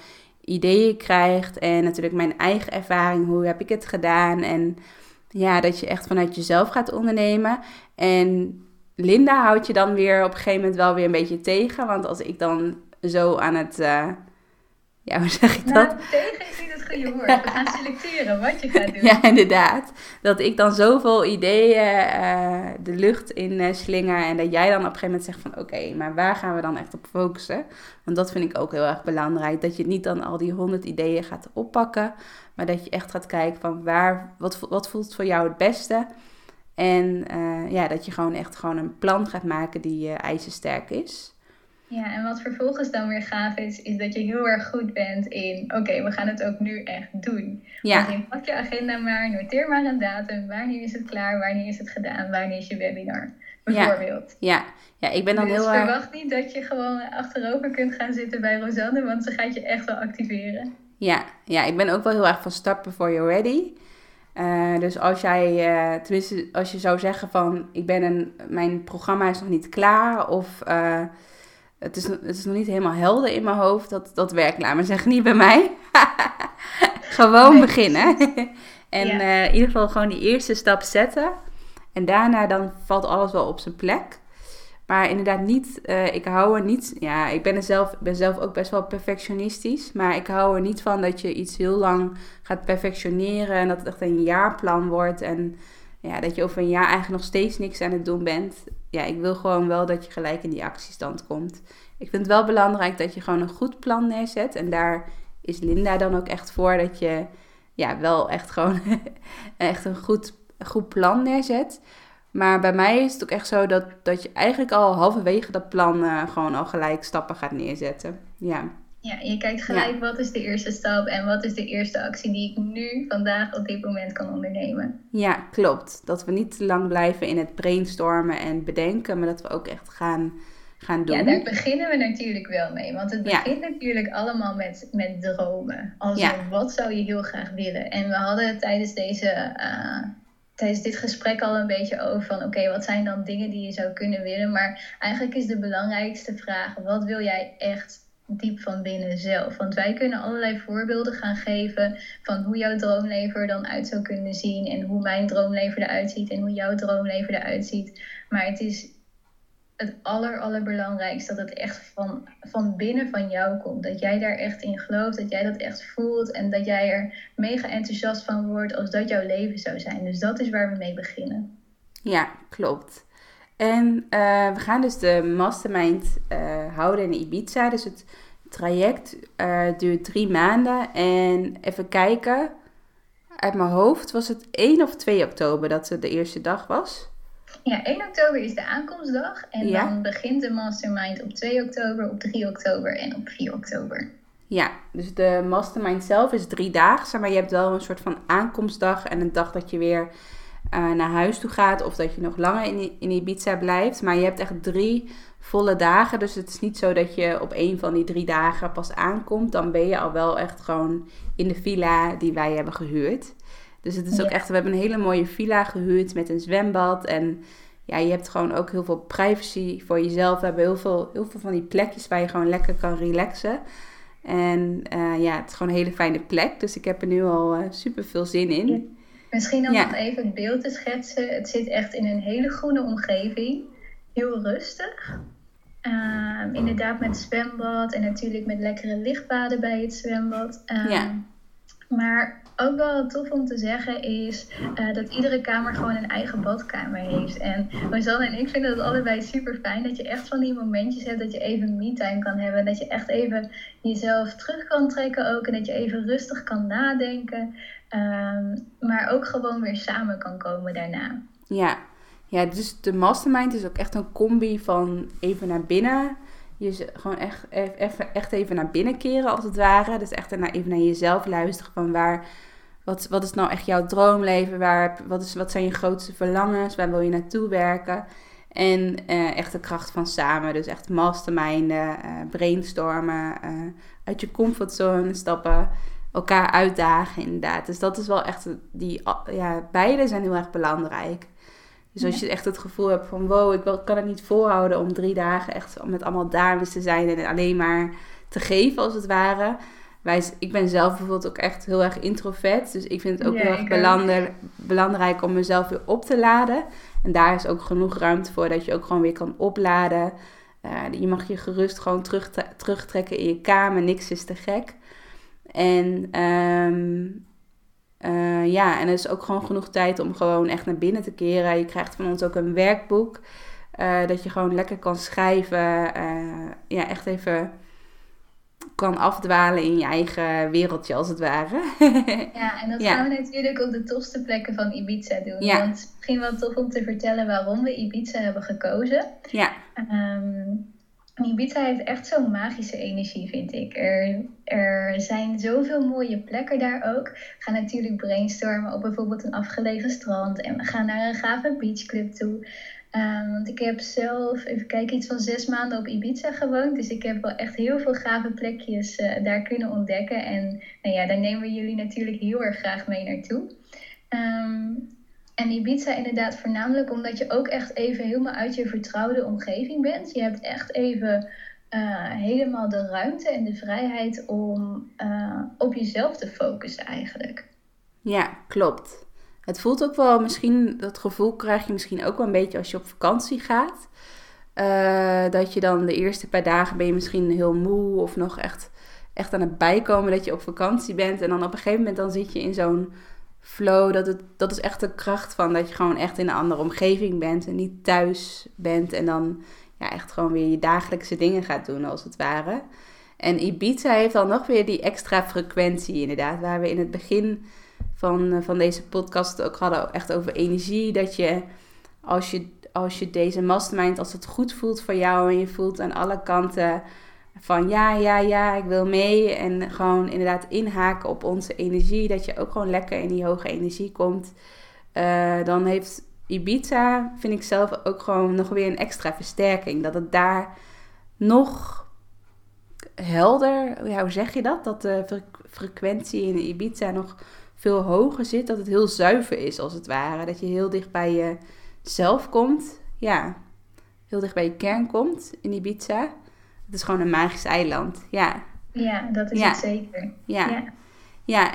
ideeën krijgt. En natuurlijk mijn eigen ervaring, hoe heb ik het gedaan. En ja, dat je echt vanuit jezelf gaat ondernemen. En Linda houdt je dan weer op een gegeven moment wel weer een beetje tegen. Want als ik dan zo aan het... ja, hoe zeg ik dat? Nou, tegen is niet het goede woord. We gaan selecteren wat je gaat doen. Ja, inderdaad. Dat ik dan zoveel ideeën de lucht in slinger. En dat jij dan op een gegeven moment zegt van... Oké, maar waar gaan we dan echt op focussen? Want dat vind ik ook heel erg belangrijk. Dat je niet dan al die 100 ideeën gaat oppakken. Maar dat je echt gaat kijken van wat voelt voor jou het beste. En ja, dat je gewoon echt een plan gaat maken die ijzersterk is. Ja, en wat vervolgens dan weer gaaf is dat je heel erg goed bent in... Oké, we gaan het ook nu echt doen. Ja. Dus pak je agenda maar, noteer maar een datum. Wanneer is het klaar? Wanneer is het gedaan? Wanneer is je webinar? Bijvoorbeeld. Ja, ik ben dan dus heel verwacht niet dat je gewoon achterover kunt gaan zitten bij Rosanne, want ze gaat je echt wel activeren. Ja, ik ben ook wel heel erg van start before you're ready. Dus als jij, tenminste als je zou zeggen van... mijn programma is nog niet klaar of... Het is nog niet helemaal helder in mijn hoofd. Dat werkt, laat maar zeggen, niet bij mij. Gewoon beginnen. En in ieder geval gewoon die eerste stap zetten. En daarna dan valt alles wel op zijn plek. Maar inderdaad niet, ik hou er niet... Ja, ik ben zelf ook best wel perfectionistisch. Maar ik hou er niet van dat je iets heel lang gaat perfectioneren. En dat het echt een jaarplan wordt. En ja, dat je over een jaar eigenlijk nog steeds niks aan het doen bent. Ja, ik wil gewoon wel dat je gelijk in die actiestand komt. Ik vind het wel belangrijk dat je gewoon een goed plan neerzet. En daar is Linda dan ook echt voor. Dat je wel echt gewoon echt een goed plan neerzet. Maar bij mij is het ook echt zo dat je eigenlijk al halverwege dat plan gewoon al gelijk stappen gaat neerzetten. Ja. Ja, je kijkt gelijk wat is de eerste stap en wat is de eerste actie die ik nu vandaag op dit moment kan ondernemen. Ja, klopt. Dat we niet te lang blijven in het brainstormen en bedenken, maar dat we ook echt gaan doen. Ja, daar beginnen we natuurlijk wel mee. Want het begint natuurlijk allemaal met dromen. Wat zou je heel graag willen? En we hadden tijdens dit gesprek al een beetje over van... Oké, wat zijn dan dingen die je zou kunnen willen? Maar eigenlijk is de belangrijkste vraag... Wat wil jij echt diep van binnen zelf? Want wij kunnen allerlei voorbeelden gaan geven... van hoe jouw droomleven er dan uit zou kunnen zien... en hoe mijn droomleven eruit ziet... en hoe jouw droomleven eruit ziet. Maar het is het allerbelangrijkste... dat het echt van binnen van jou komt. Dat jij daar echt in gelooft, dat jij dat echt voelt... en dat jij er mega enthousiast van wordt... als dat jouw leven zou zijn. Dus dat is waar we mee beginnen. Ja, klopt. En we gaan dus de mastermind houden in Ibiza. Dus het traject duurt 3 maanden. En even kijken. Uit mijn hoofd was het 1 of 2 oktober dat het de eerste dag was. Ja, 1 oktober is de aankomstdag. En dan begint de mastermind op 2 oktober, op 3 oktober en op 4 oktober. Ja, dus de mastermind zelf is 3 dagen. Maar je hebt wel een soort van aankomstdag en een dag dat je weer... naar huis toe gaat of dat je nog langer in Ibiza blijft. Maar je hebt echt 3 volle dagen. Dus het is niet zo dat je op 1 van die 3 dagen pas aankomt. Dan ben je al wel echt gewoon in de villa die wij hebben gehuurd. Dus het is ook echt... We hebben een hele mooie villa gehuurd met een zwembad. En ja, je hebt gewoon ook heel veel privacy voor jezelf. We hebben heel veel van die plekjes waar je gewoon lekker kan relaxen. En het is gewoon een hele fijne plek. Dus ik heb er nu al super veel zin in. Ja. Misschien om nog even het beeld te schetsen. Het zit echt in een hele groene omgeving. Heel rustig. Inderdaad met zwembad. En natuurlijk met lekkere lichtbaden bij het zwembad. Maar ook wel tof om te zeggen is dat iedere kamer gewoon een eigen badkamer heeft. En Rosanne en ik vinden dat allebei super fijn. Dat je echt van die momentjes hebt dat je even me-time kan hebben. Dat je echt even jezelf terug kan trekken ook. En dat je even rustig kan nadenken. Maar ook gewoon weer samen kan komen daarna. Ja, dus de mastermind is ook echt een combi van even naar binnen. Gewoon echt even naar binnen keren als het ware. Dus echt even naar jezelf luisteren van wat is nou echt jouw droomleven? Wat zijn je grootste verlangens? Waar wil je naartoe werken? En echt de kracht van samen. Dus echt masterminden, brainstormen, uit je comfortzone stappen. Elkaar uitdagen inderdaad. Dus dat is wel echt... beide zijn heel erg belangrijk. Dus als je echt het gevoel hebt van... wow, ik kan het niet volhouden om 3 dagen echt met allemaal dames te zijn... en alleen maar te geven als het ware... Ik ben zelf bijvoorbeeld ook echt heel erg introvert. Dus ik vind het ook Ja, heel erg ik ook. belangrijk om mezelf weer op te laden. En daar is ook genoeg ruimte voor dat je ook gewoon weer kan opladen. Je mag je gerust gewoon terugtrekken in je kamer. Niks is te gek. En en er is ook gewoon genoeg tijd om gewoon echt naar binnen te keren. Je krijgt van ons ook een werkboek. Dat je gewoon lekker kan schrijven. Echt even kan afdwalen in je eigen wereldje als het ware. Ja, en dat Ja. gaan we natuurlijk op de tofste plekken van Ibiza doen. Ja. Want misschien wel tof om te vertellen waarom we Ibiza hebben gekozen. Ja, Ibiza heeft echt zo'n magische energie, vind ik. Er zijn zoveel mooie plekken daar ook. We gaan natuurlijk brainstormen op bijvoorbeeld een afgelegen strand. En we gaan naar een gave beachclub toe. Want ik heb zelf, even kijken, iets van 6 maanden op Ibiza gewoond. Dus ik heb wel echt heel veel gave plekjes daar kunnen ontdekken. En nou ja, daar nemen we jullie natuurlijk heel erg graag mee naartoe. En Ibiza inderdaad voornamelijk omdat je ook echt even helemaal uit je vertrouwde omgeving bent. Je hebt echt even helemaal de ruimte en de vrijheid om op jezelf te focussen eigenlijk. ja, klopt. Het voelt ook wel misschien, dat gevoel krijg je misschien ook wel een beetje als je op vakantie gaat. Dat je dan de eerste paar dagen ben je misschien heel moe of nog echt aan het bijkomen dat je op vakantie bent. En dan op een gegeven moment dan zit je in zo'n flow. Dat is echt de kracht van dat je gewoon echt in een andere omgeving bent en niet thuis bent. En dan echt gewoon weer je dagelijkse dingen gaat doen als het ware. En Ibiza heeft dan nog weer die extra frequentie inderdaad. Waar we in het begin van deze podcast het ook hadden echt over energie. Dat je als je deze mastermind, als het goed voelt voor jou en je voelt aan alle kanten van ja, ik wil mee. En gewoon inderdaad inhaken op onze energie. Dat je ook gewoon lekker in die hoge energie komt. Dan heeft Ibiza, vind ik zelf ook gewoon nog weer een extra versterking. Dat het daar nog helder, hoe zeg je dat? Dat de frequentie in Ibiza nog veel hoger zit. Dat het heel zuiver is als het ware. Dat je heel dicht bij jezelf komt. Ja, heel dicht bij je kern komt in Ibiza. Het is gewoon een magisch eiland. Ja, Ja, dat is Ja. het zeker. ja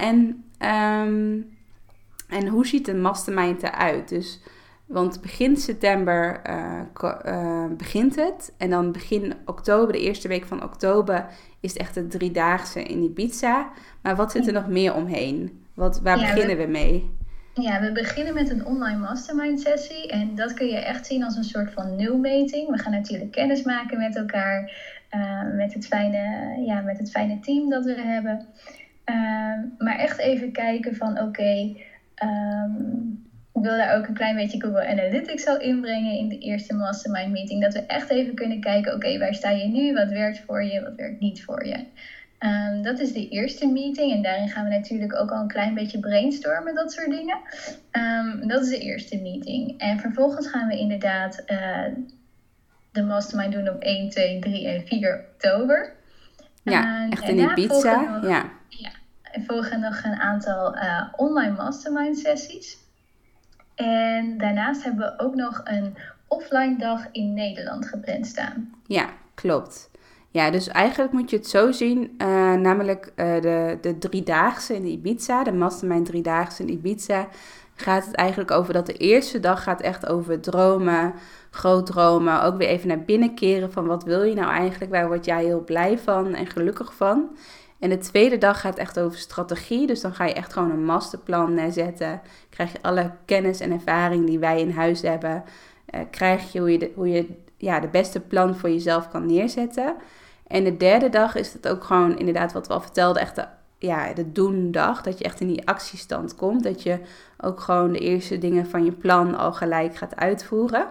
en hoe ziet een mastermind eruit? Dus, want begin september begint het. En dan begin oktober, de eerste week van oktober, is het echt de 3-daagse in Ibiza. Maar wat zit er nog meer omheen? Waar Ja, beginnen we mee? Ja, we beginnen met een online mastermind sessie. En dat kun je echt zien als een soort van nulmeting. We gaan natuurlijk kennis maken met elkaar. Met het fijne team dat we hebben. Maar echt even kijken van oké, ik wil daar ook een klein beetje Google Analytics al inbrengen in de eerste mastermind meeting. Dat we echt even kunnen kijken, oké, waar sta je nu? Wat werkt voor je? Wat werkt niet voor je? Dat is de eerste meeting en daarin gaan we natuurlijk ook al een klein beetje brainstormen, dat soort dingen. Dat is de eerste meeting. En vervolgens gaan we inderdaad de mastermind doen op 1, 2, 3 en 4 oktober. Ja, echt in daarna Ibiza. volgen nog een aantal online mastermind sessies. En daarnaast hebben we ook nog een offline dag in Nederland gepland staan. Ja, klopt. Ja, dus eigenlijk moet je het zo zien, namelijk de 3-daagse in Ibiza, de mastermind 3-daagse in Ibiza, gaat het eigenlijk over dat de eerste dag gaat echt over dromen, groot dromen, ook weer even naar binnen keren van wat wil je nou eigenlijk, waar word jij heel blij van en gelukkig van. En de tweede dag gaat echt over strategie, dus dan ga je echt gewoon een masterplan neerzetten, krijg je alle kennis en ervaring die wij in huis hebben, krijg je hoe je de beste plan voor jezelf kan neerzetten. En de derde dag is het ook gewoon inderdaad wat we al vertelden, echt de doendag. Dat je echt in die actiestand komt. Dat je ook gewoon de eerste dingen van je plan al gelijk gaat uitvoeren.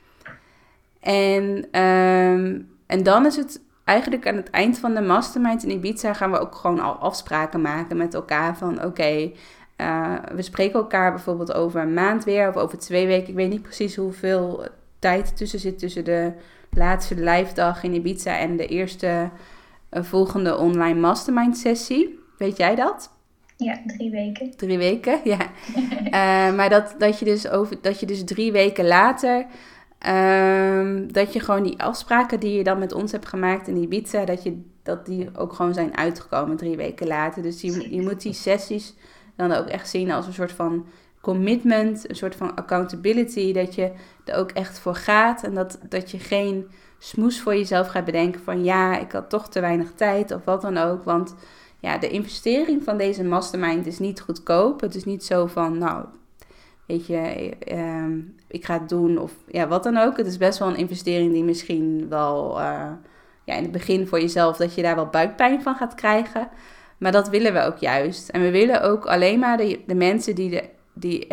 En dan is het eigenlijk aan het eind van de mastermind in Ibiza gaan we ook gewoon al afspraken maken met elkaar. Van oké, we spreken elkaar bijvoorbeeld over een maand weer of over 2 weken. Ik weet niet precies hoeveel tijd tussen zit tussen de laatste live dag in Ibiza en de eerste volgende online mastermind sessie. Weet jij dat? Ja, 3 weken. 3 weken, ja. Maar dat je dus 3 weken later, dat je gewoon die afspraken die je dan met ons hebt gemaakt in Ibiza, dat je dat die ook gewoon zijn uitgekomen 3 weken later. Dus je moet die sessies dan ook echt zien als een soort van commitment, een soort van accountability, dat je er ook echt voor gaat en dat je geen smoes voor jezelf gaat bedenken van ja, ik had toch te weinig tijd of wat dan ook. Want ja, de investering van deze mastermind is niet goedkoop. Het is niet zo van, nou, weet je, ik ga het doen of ja, wat dan ook. Het is best wel een investering die misschien wel in het begin voor jezelf, dat je daar wel buikpijn van gaat krijgen. Maar dat willen we ook juist. En we willen ook alleen maar de mensen die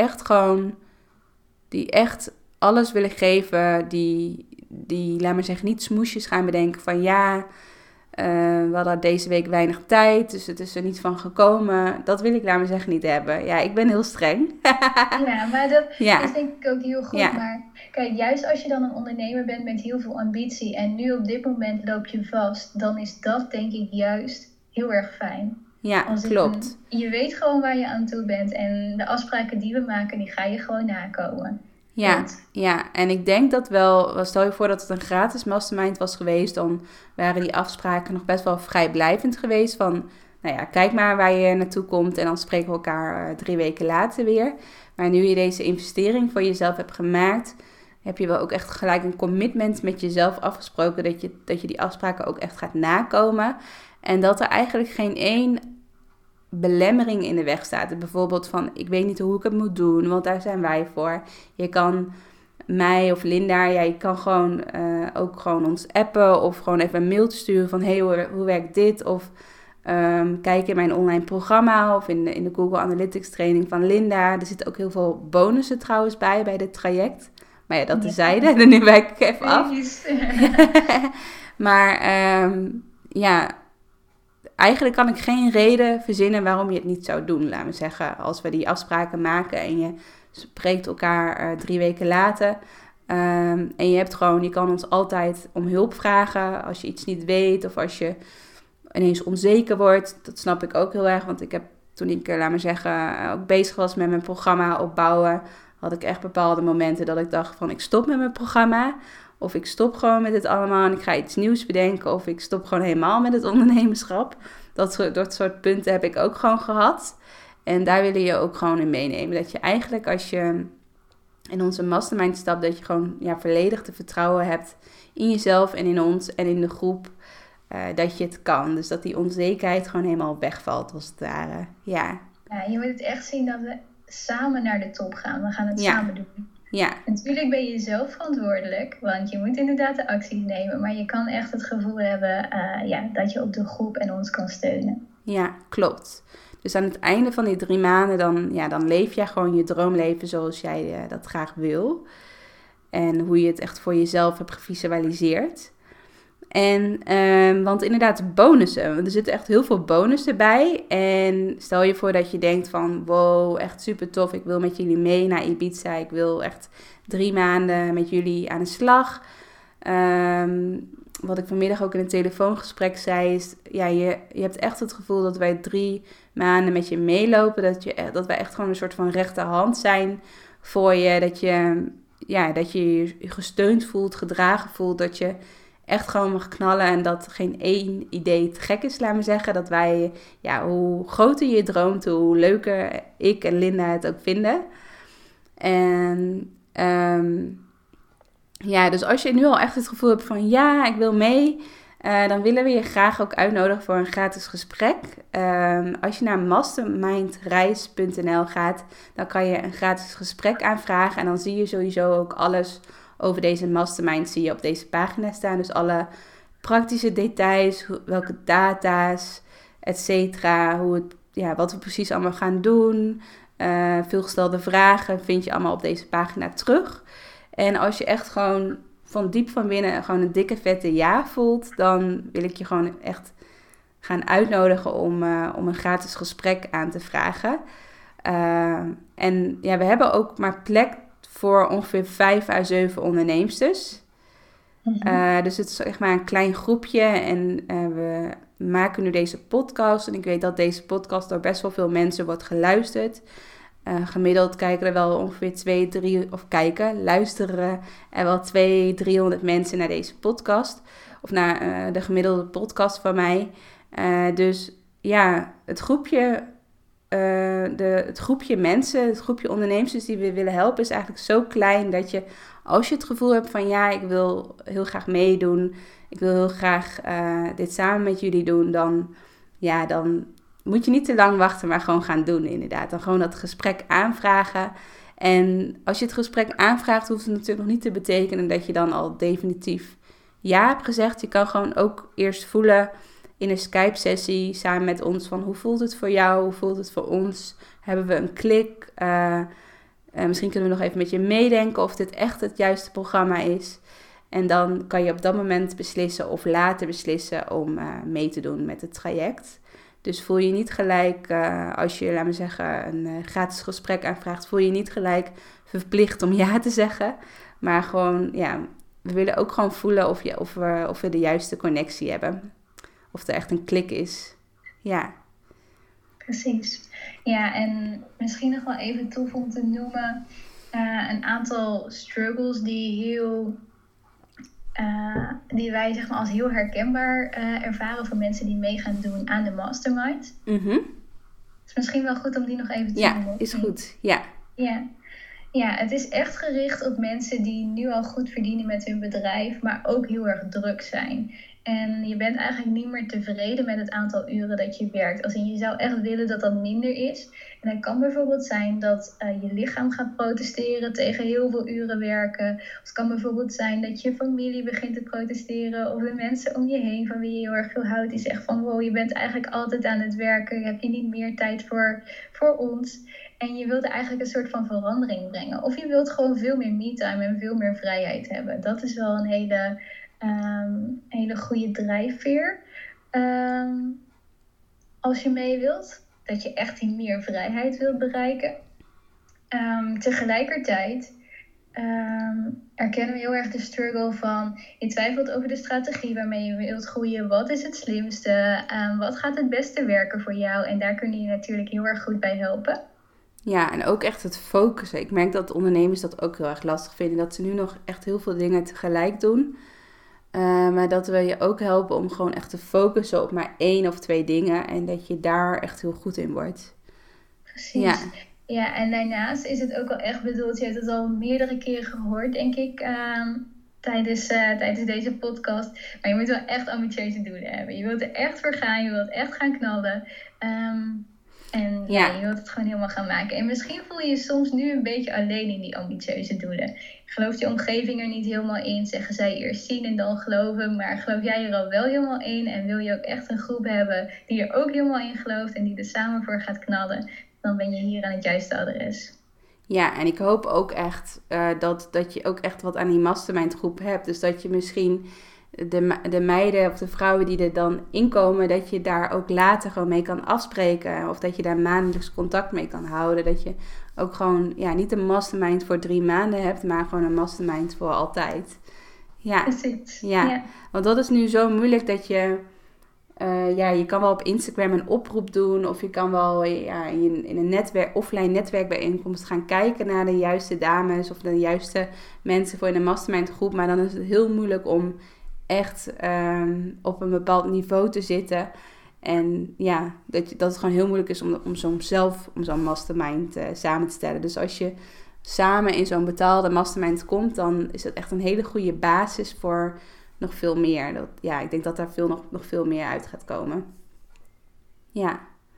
echt alles willen geven, die, laat maar zeggen, niet smoesjes gaan bedenken van ja, we hadden deze week weinig tijd, dus het is er niet van gekomen. Dat wil ik, laat maar zeggen, niet hebben. Ja, ik ben heel streng. Ja, maar dat is denk ik ook heel goed. Ja. Maar kijk, juist als je dan een ondernemer bent met heel veel ambitie en nu op dit moment loop je vast, dan is dat denk ik juist heel erg fijn. Ja, klopt. Je weet gewoon waar je aan toe bent en de afspraken die we maken, die ga je gewoon nakomen. Ja, en ik denk dat wel, stel je voor dat het een gratis mastermind was geweest, dan waren die afspraken nog best wel vrijblijvend geweest van, nou ja, kijk maar waar je naartoe komt en dan spreken we elkaar 3 weken later weer. Maar nu je deze investering voor jezelf hebt gemaakt, heb je wel ook echt gelijk een commitment met jezelf afgesproken dat je die afspraken ook echt gaat nakomen. En dat er eigenlijk geen één belemmering in de weg staat. Bijvoorbeeld van, ik weet niet hoe ik het moet doen, want daar zijn wij voor. Je kan mij of Linda, je kan gewoon ook gewoon ons appen of gewoon even een mailtje sturen van, hey, hoe werkt dit? Of kijk in mijn online programma of in de Google Analytics training van Linda. Er zitten ook heel veel bonussen trouwens bij dit traject. Maar ja, dat tezijde. Dan nu wijk ik even af. Maar eigenlijk kan ik geen reden verzinnen waarom je het niet zou doen, laat me zeggen. Als we die afspraken maken en je spreekt elkaar 3 weken later. En je kan ons altijd om hulp vragen als je iets niet weet of als je ineens onzeker wordt. Dat snap ik ook heel erg, want ik heb toen ik, laat me zeggen, ook bezig was met mijn programma opbouwen, had ik echt bepaalde momenten dat ik dacht van, ik stop met mijn programma. Of ik stop gewoon met het allemaal en ik ga iets nieuws bedenken. Of ik stop gewoon helemaal met het ondernemerschap. Dat soort punten heb ik ook gewoon gehad. En daar willen je ook gewoon in meenemen. Dat je eigenlijk als je in onze mastermind stapt, dat je gewoon volledig te vertrouwen hebt in jezelf en in ons en in de groep. Dat je het kan. Dus dat die onzekerheid gewoon helemaal wegvalt als het ware. Ja, je moet het echt zien dat we samen naar de top gaan. We gaan het samen doen. Ja. Natuurlijk ben je zelf verantwoordelijk, want je moet inderdaad de acties nemen. Maar je kan echt het gevoel hebben dat je op de groep en ons kan steunen. Ja, klopt. Dus aan het einde van die 3 maanden, dan leef jij gewoon je droomleven zoals jij dat graag wil. En hoe je het echt voor jezelf hebt gevisualiseerd. En, want inderdaad, bonussen. Er zitten echt heel veel bonussen bij. En stel je voor dat je denkt van, wow, echt super tof. Ik wil met jullie mee naar Ibiza. Ik wil echt 3 maanden met jullie aan de slag. Wat ik vanmiddag ook in een telefoongesprek zei is, je hebt echt het gevoel dat wij 3 maanden met je meelopen. Dat wij echt gewoon een soort van rechterhand zijn voor je. Dat je je gesteund voelt, gedragen voelt, dat je echt gewoon mag knallen en dat geen één idee te gek is, laat me zeggen. Dat wij, hoe groter je droomt, hoe leuker ik en Linda het ook vinden. En dus als je nu al echt het gevoel hebt van, ik wil mee, dan willen we je graag ook uitnodigen voor een gratis gesprek. Als je naar mastermindreis.nl gaat, dan kan je een gratis gesprek aanvragen en dan zie je sowieso ook alles over deze mastermind zie je op deze pagina staan. Dus alle praktische details, welke data's, et cetera. Wat we precies allemaal gaan doen. Veel gestelde vragen vind je allemaal op deze pagina terug. En als je echt gewoon van diep van binnen gewoon een dikke vette ja voelt, dan wil ik je gewoon echt gaan uitnodigen om een gratis gesprek aan te vragen. We hebben ook maar plek voor ongeveer 5 à 7 onderneemsters. Dus het is echt maar een klein groepje. En we maken nu deze podcast. En ik weet dat deze podcast door best wel veel mensen wordt geluisterd. Gemiddeld kijken er wel ongeveer luisteren er wel 200-300 mensen naar deze podcast. Of naar de gemiddelde podcast van mij. Dus ja, het groepje mensen, het groepje ondernemers die we willen helpen, is eigenlijk zo klein dat je, als je het gevoel hebt van ja, ik wil heel graag meedoen, ik wil heel graag dit samen met jullie doen, dan moet je niet te lang wachten, maar gewoon gaan doen inderdaad. Dan gewoon dat gesprek aanvragen. En als je het gesprek aanvraagt, hoeft het natuurlijk nog niet te betekenen dat je dan al definitief ja hebt gezegd. Je kan gewoon ook eerst voelen in een Skype-sessie samen met ons van hoe voelt het voor jou, hoe voelt het voor ons? Hebben we een klik? Misschien kunnen we nog even met je meedenken of dit echt het juiste programma is. En dan kan je op dat moment beslissen of later beslissen om mee te doen met het traject. Dus voel je niet gelijk, als je, laten we zeggen, een gratis gesprek aanvraagt, voel je niet gelijk verplicht om ja te zeggen. Maar gewoon, ja, we willen ook gewoon voelen of we de juiste connectie hebben. Of er echt een klik is. Ja. Precies. Ja, en misschien nog wel even tof om te noemen een aantal struggles die wij zeg maar als heel herkenbaar ervaren voor mensen die mee gaan doen aan de mastermind. Mm-hmm. Het is misschien wel goed om die nog even te noemen. Ja, is goed. Ja. Ja, het is echt gericht op mensen die nu al goed verdienen met hun bedrijf, maar ook heel erg druk zijn. En je bent eigenlijk niet meer tevreden met het aantal uren dat je werkt. Als in, je zou echt willen dat dat minder is. En dat kan bijvoorbeeld zijn dat je lichaam gaat protesteren tegen heel veel uren werken. Of het kan bijvoorbeeld zijn dat je familie begint te protesteren. Of de mensen om je heen van wie je heel erg veel houdt. Die zeggen van wow, je bent eigenlijk altijd aan het werken. Heb je niet meer tijd voor ons? En je wilt eigenlijk een soort van verandering brengen. Of je wilt gewoon veel meer me-time en veel meer vrijheid hebben. Dat is wel een hele goede drijfveer. Als je mee wilt, dat je echt die meer vrijheid wilt bereiken. Tegelijkertijd erkennen we heel erg de struggle van je twijfelt over de strategie waarmee je wilt groeien. Wat is het slimste? Wat gaat het beste werken voor jou? En daar kunnen je natuurlijk heel erg goed bij helpen. Ja, en ook echt het focussen. Ik merk dat ondernemers dat ook heel erg lastig vinden. Dat ze nu nog echt heel veel dingen tegelijk doen. Maar dat we je ook helpen om gewoon echt te focussen op maar 1 of 2 dingen. En dat je daar echt heel goed in wordt. Precies. Ja, en daarnaast is het ook al echt bedoeld. Je hebt het al meerdere keren gehoord, denk ik, tijdens deze podcast. Maar je moet wel echt ambitieuze doelen hebben. Je wilt er echt voor gaan. Je wilt echt gaan knallen. En je wilt het gewoon helemaal gaan maken. En misschien voel je je soms nu een beetje alleen in die ambitieuze doelen. Gelooft je omgeving er niet helemaal in? Zeggen zij eerst zien en dan geloven. Maar geloof jij er al wel helemaal in? En wil je ook echt een groep hebben die er ook helemaal in gelooft en die er samen voor gaat knallen? Dan ben je hier aan het juiste adres. Ja, en ik hoop ook echt dat je ook echt wat aan die mastermind groep hebt. Dus dat je misschien de meiden of de vrouwen die er dan inkomen, dat je daar ook later gewoon mee kan afspreken. Of dat je daar maandelijks contact mee kan houden. Dat je ook gewoon, niet een mastermind voor 3 maanden hebt, maar gewoon een mastermind voor altijd. Ja, ja. Want dat is nu zo moeilijk dat je, je kan wel op Instagram een oproep doen. Of je kan wel in een offline netwerkbijeenkomst gaan kijken naar de juiste dames of de juiste mensen voor in een mastermind groep. Maar dan is het heel moeilijk om echt op een bepaald niveau te zitten. En dat het gewoon heel moeilijk is om zo'n mastermind samen te stellen. Dus als je samen in zo'n betaalde mastermind komt, dan is het echt een hele goede basis voor nog veel meer. Ik denk dat daar nog veel meer uit gaat komen. Ja.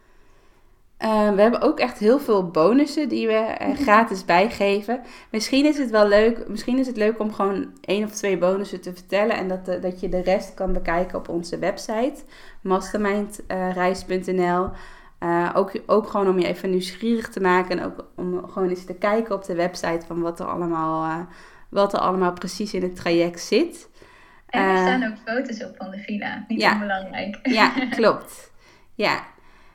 We hebben ook echt heel veel bonussen die we gratis bijgeven. Misschien is het wel leuk. Misschien is het leuk om gewoon 1 of 2 bonussen te vertellen. En dat je de rest kan bekijken op onze website. mastermindreis.nl. Ook gewoon om je even nieuwsgierig te maken. En ook om gewoon eens te kijken op de website van wat er allemaal precies in het traject zit. En er staan ook foto's op van de villa. Niet onbelangrijk. Ja, klopt. Ja.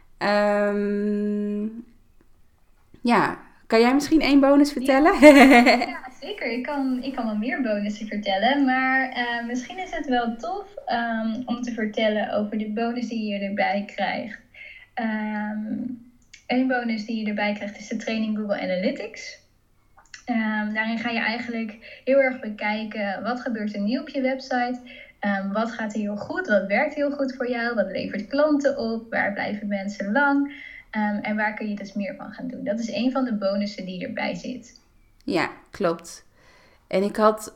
Kan jij misschien 1 bonus vertellen? Ja, zeker. Ik kan wel meer bonussen vertellen. Maar misschien is het wel tof om te vertellen over de bonus die je erbij krijgt. 1 bonus die je erbij krijgt is de training Google Analytics. Daarin ga je eigenlijk heel erg bekijken wat gebeurt er nieuw op je website. Wat gaat er heel goed? Wat werkt heel goed voor jou? Wat levert klanten op? Waar blijven mensen lang? En waar kun je dus meer van gaan doen? Dat is een van de bonussen die erbij zit. Ja, klopt. En ik had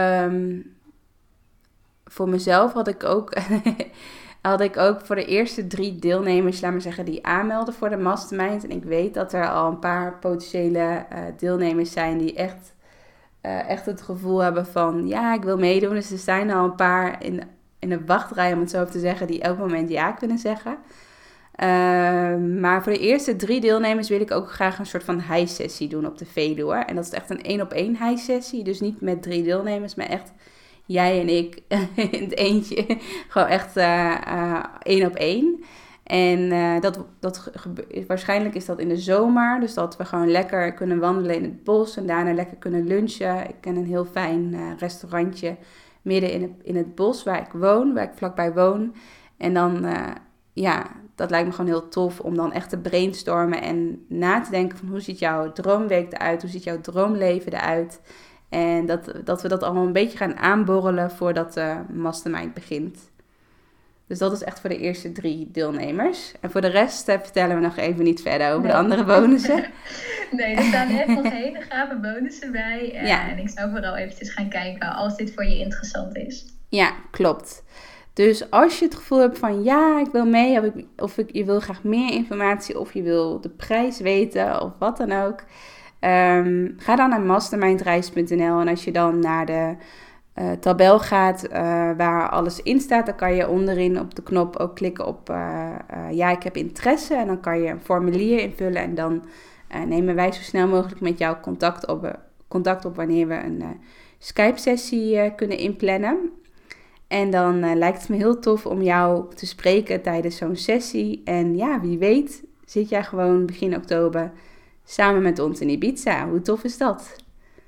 voor mezelf had ik ook voor de eerste 3 deelnemers, laat maar zeggen, die aanmelden voor de mastermind. En ik weet dat er al een paar potentiële deelnemers zijn die echt het gevoel hebben van, ja, ik wil meedoen. Dus er zijn al een paar in de wachtrij, om het zo te zeggen, die elk moment ja kunnen zeggen. Maar voor de eerste 3 deelnemers wil ik ook graag een soort van high-sessie doen op de Veluwe. En dat is echt een 1-op-1 high-sessie. Dus niet met 3 deelnemers, maar echt jij en ik in het eentje. Gewoon echt 1-op-1. En waarschijnlijk is dat in de zomer. Dus dat we gewoon lekker kunnen wandelen in het bos en daarna lekker kunnen lunchen. Ik ken een heel fijn restaurantje midden in het bos waar ik vlakbij woon. En dan, dat lijkt me gewoon heel tof om dan echt te brainstormen en na te denken van hoe ziet jouw droomweek eruit? Hoe ziet jouw droomleven eruit? En dat we dat allemaal een beetje gaan aanborrelen voordat de mastermind begint. Dus dat is echt voor de eerste 3 deelnemers. En voor de rest vertellen we nog even niet verder over de andere bonussen. Nee, er staan echt nog hele gave bonussen bij. En ik zou vooral eventjes gaan kijken als dit voor je interessant is. Ja, klopt. Dus als je het gevoel hebt van ja, ik wil mee, je wil graag meer informatie of je wil de prijs weten of wat dan ook. Ga dan naar mastermindreis.nl en als je dan naar de tabel gaat waar alles in staat, dan kan je onderin op de knop ook klikken op ja, ik heb interesse. En dan kan je een formulier invullen en dan nemen wij zo snel mogelijk met jou contact op wanneer we een Skype-sessie kunnen inplannen. En dan lijkt het me heel tof om jou te spreken tijdens zo'n sessie. En ja, wie weet zit jij gewoon begin oktober samen met ons in Ibiza. Hoe tof is dat?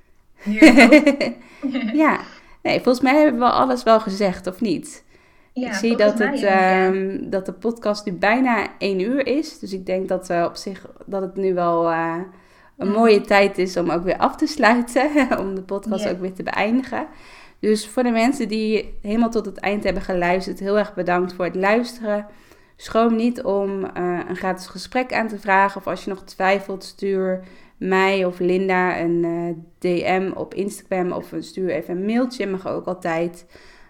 Ja, nee, volgens mij hebben we alles wel gezegd, of niet? Ja, ik zie dat de podcast nu bijna 1 uur is. Dus ik denk dat op zich dat het nu wel een mooie tijd is om ook weer af te sluiten. Om de podcast ook weer te beëindigen. Dus voor de mensen die helemaal tot het eind hebben geluisterd, heel erg bedankt voor het luisteren. Schroom niet om een gratis gesprek aan te vragen. Of als je nog twijfelt, stuur mij of Linda een DM op Instagram. Of stuur even een mailtje, mag ook altijd.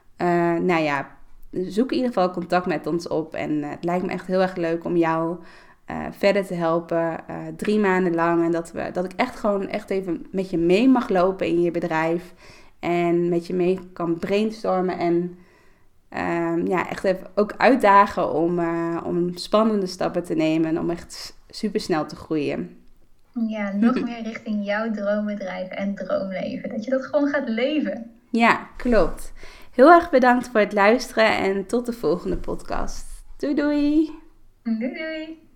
Zoek in ieder geval contact met ons op. En het lijkt me echt heel erg leuk om jou verder te helpen. 3 maanden lang. En dat ik echt even met je mee mag lopen in je bedrijf. En met je mee kan brainstormen en echt even ook uitdagen om spannende stappen te nemen en om echt super snel te groeien. Ja, nog meer richting jouw droombedrijf en droomleven. Dat je dat gewoon gaat leven. Ja, klopt. Heel erg bedankt voor het luisteren en tot de volgende podcast. Doei doei! Doei doei!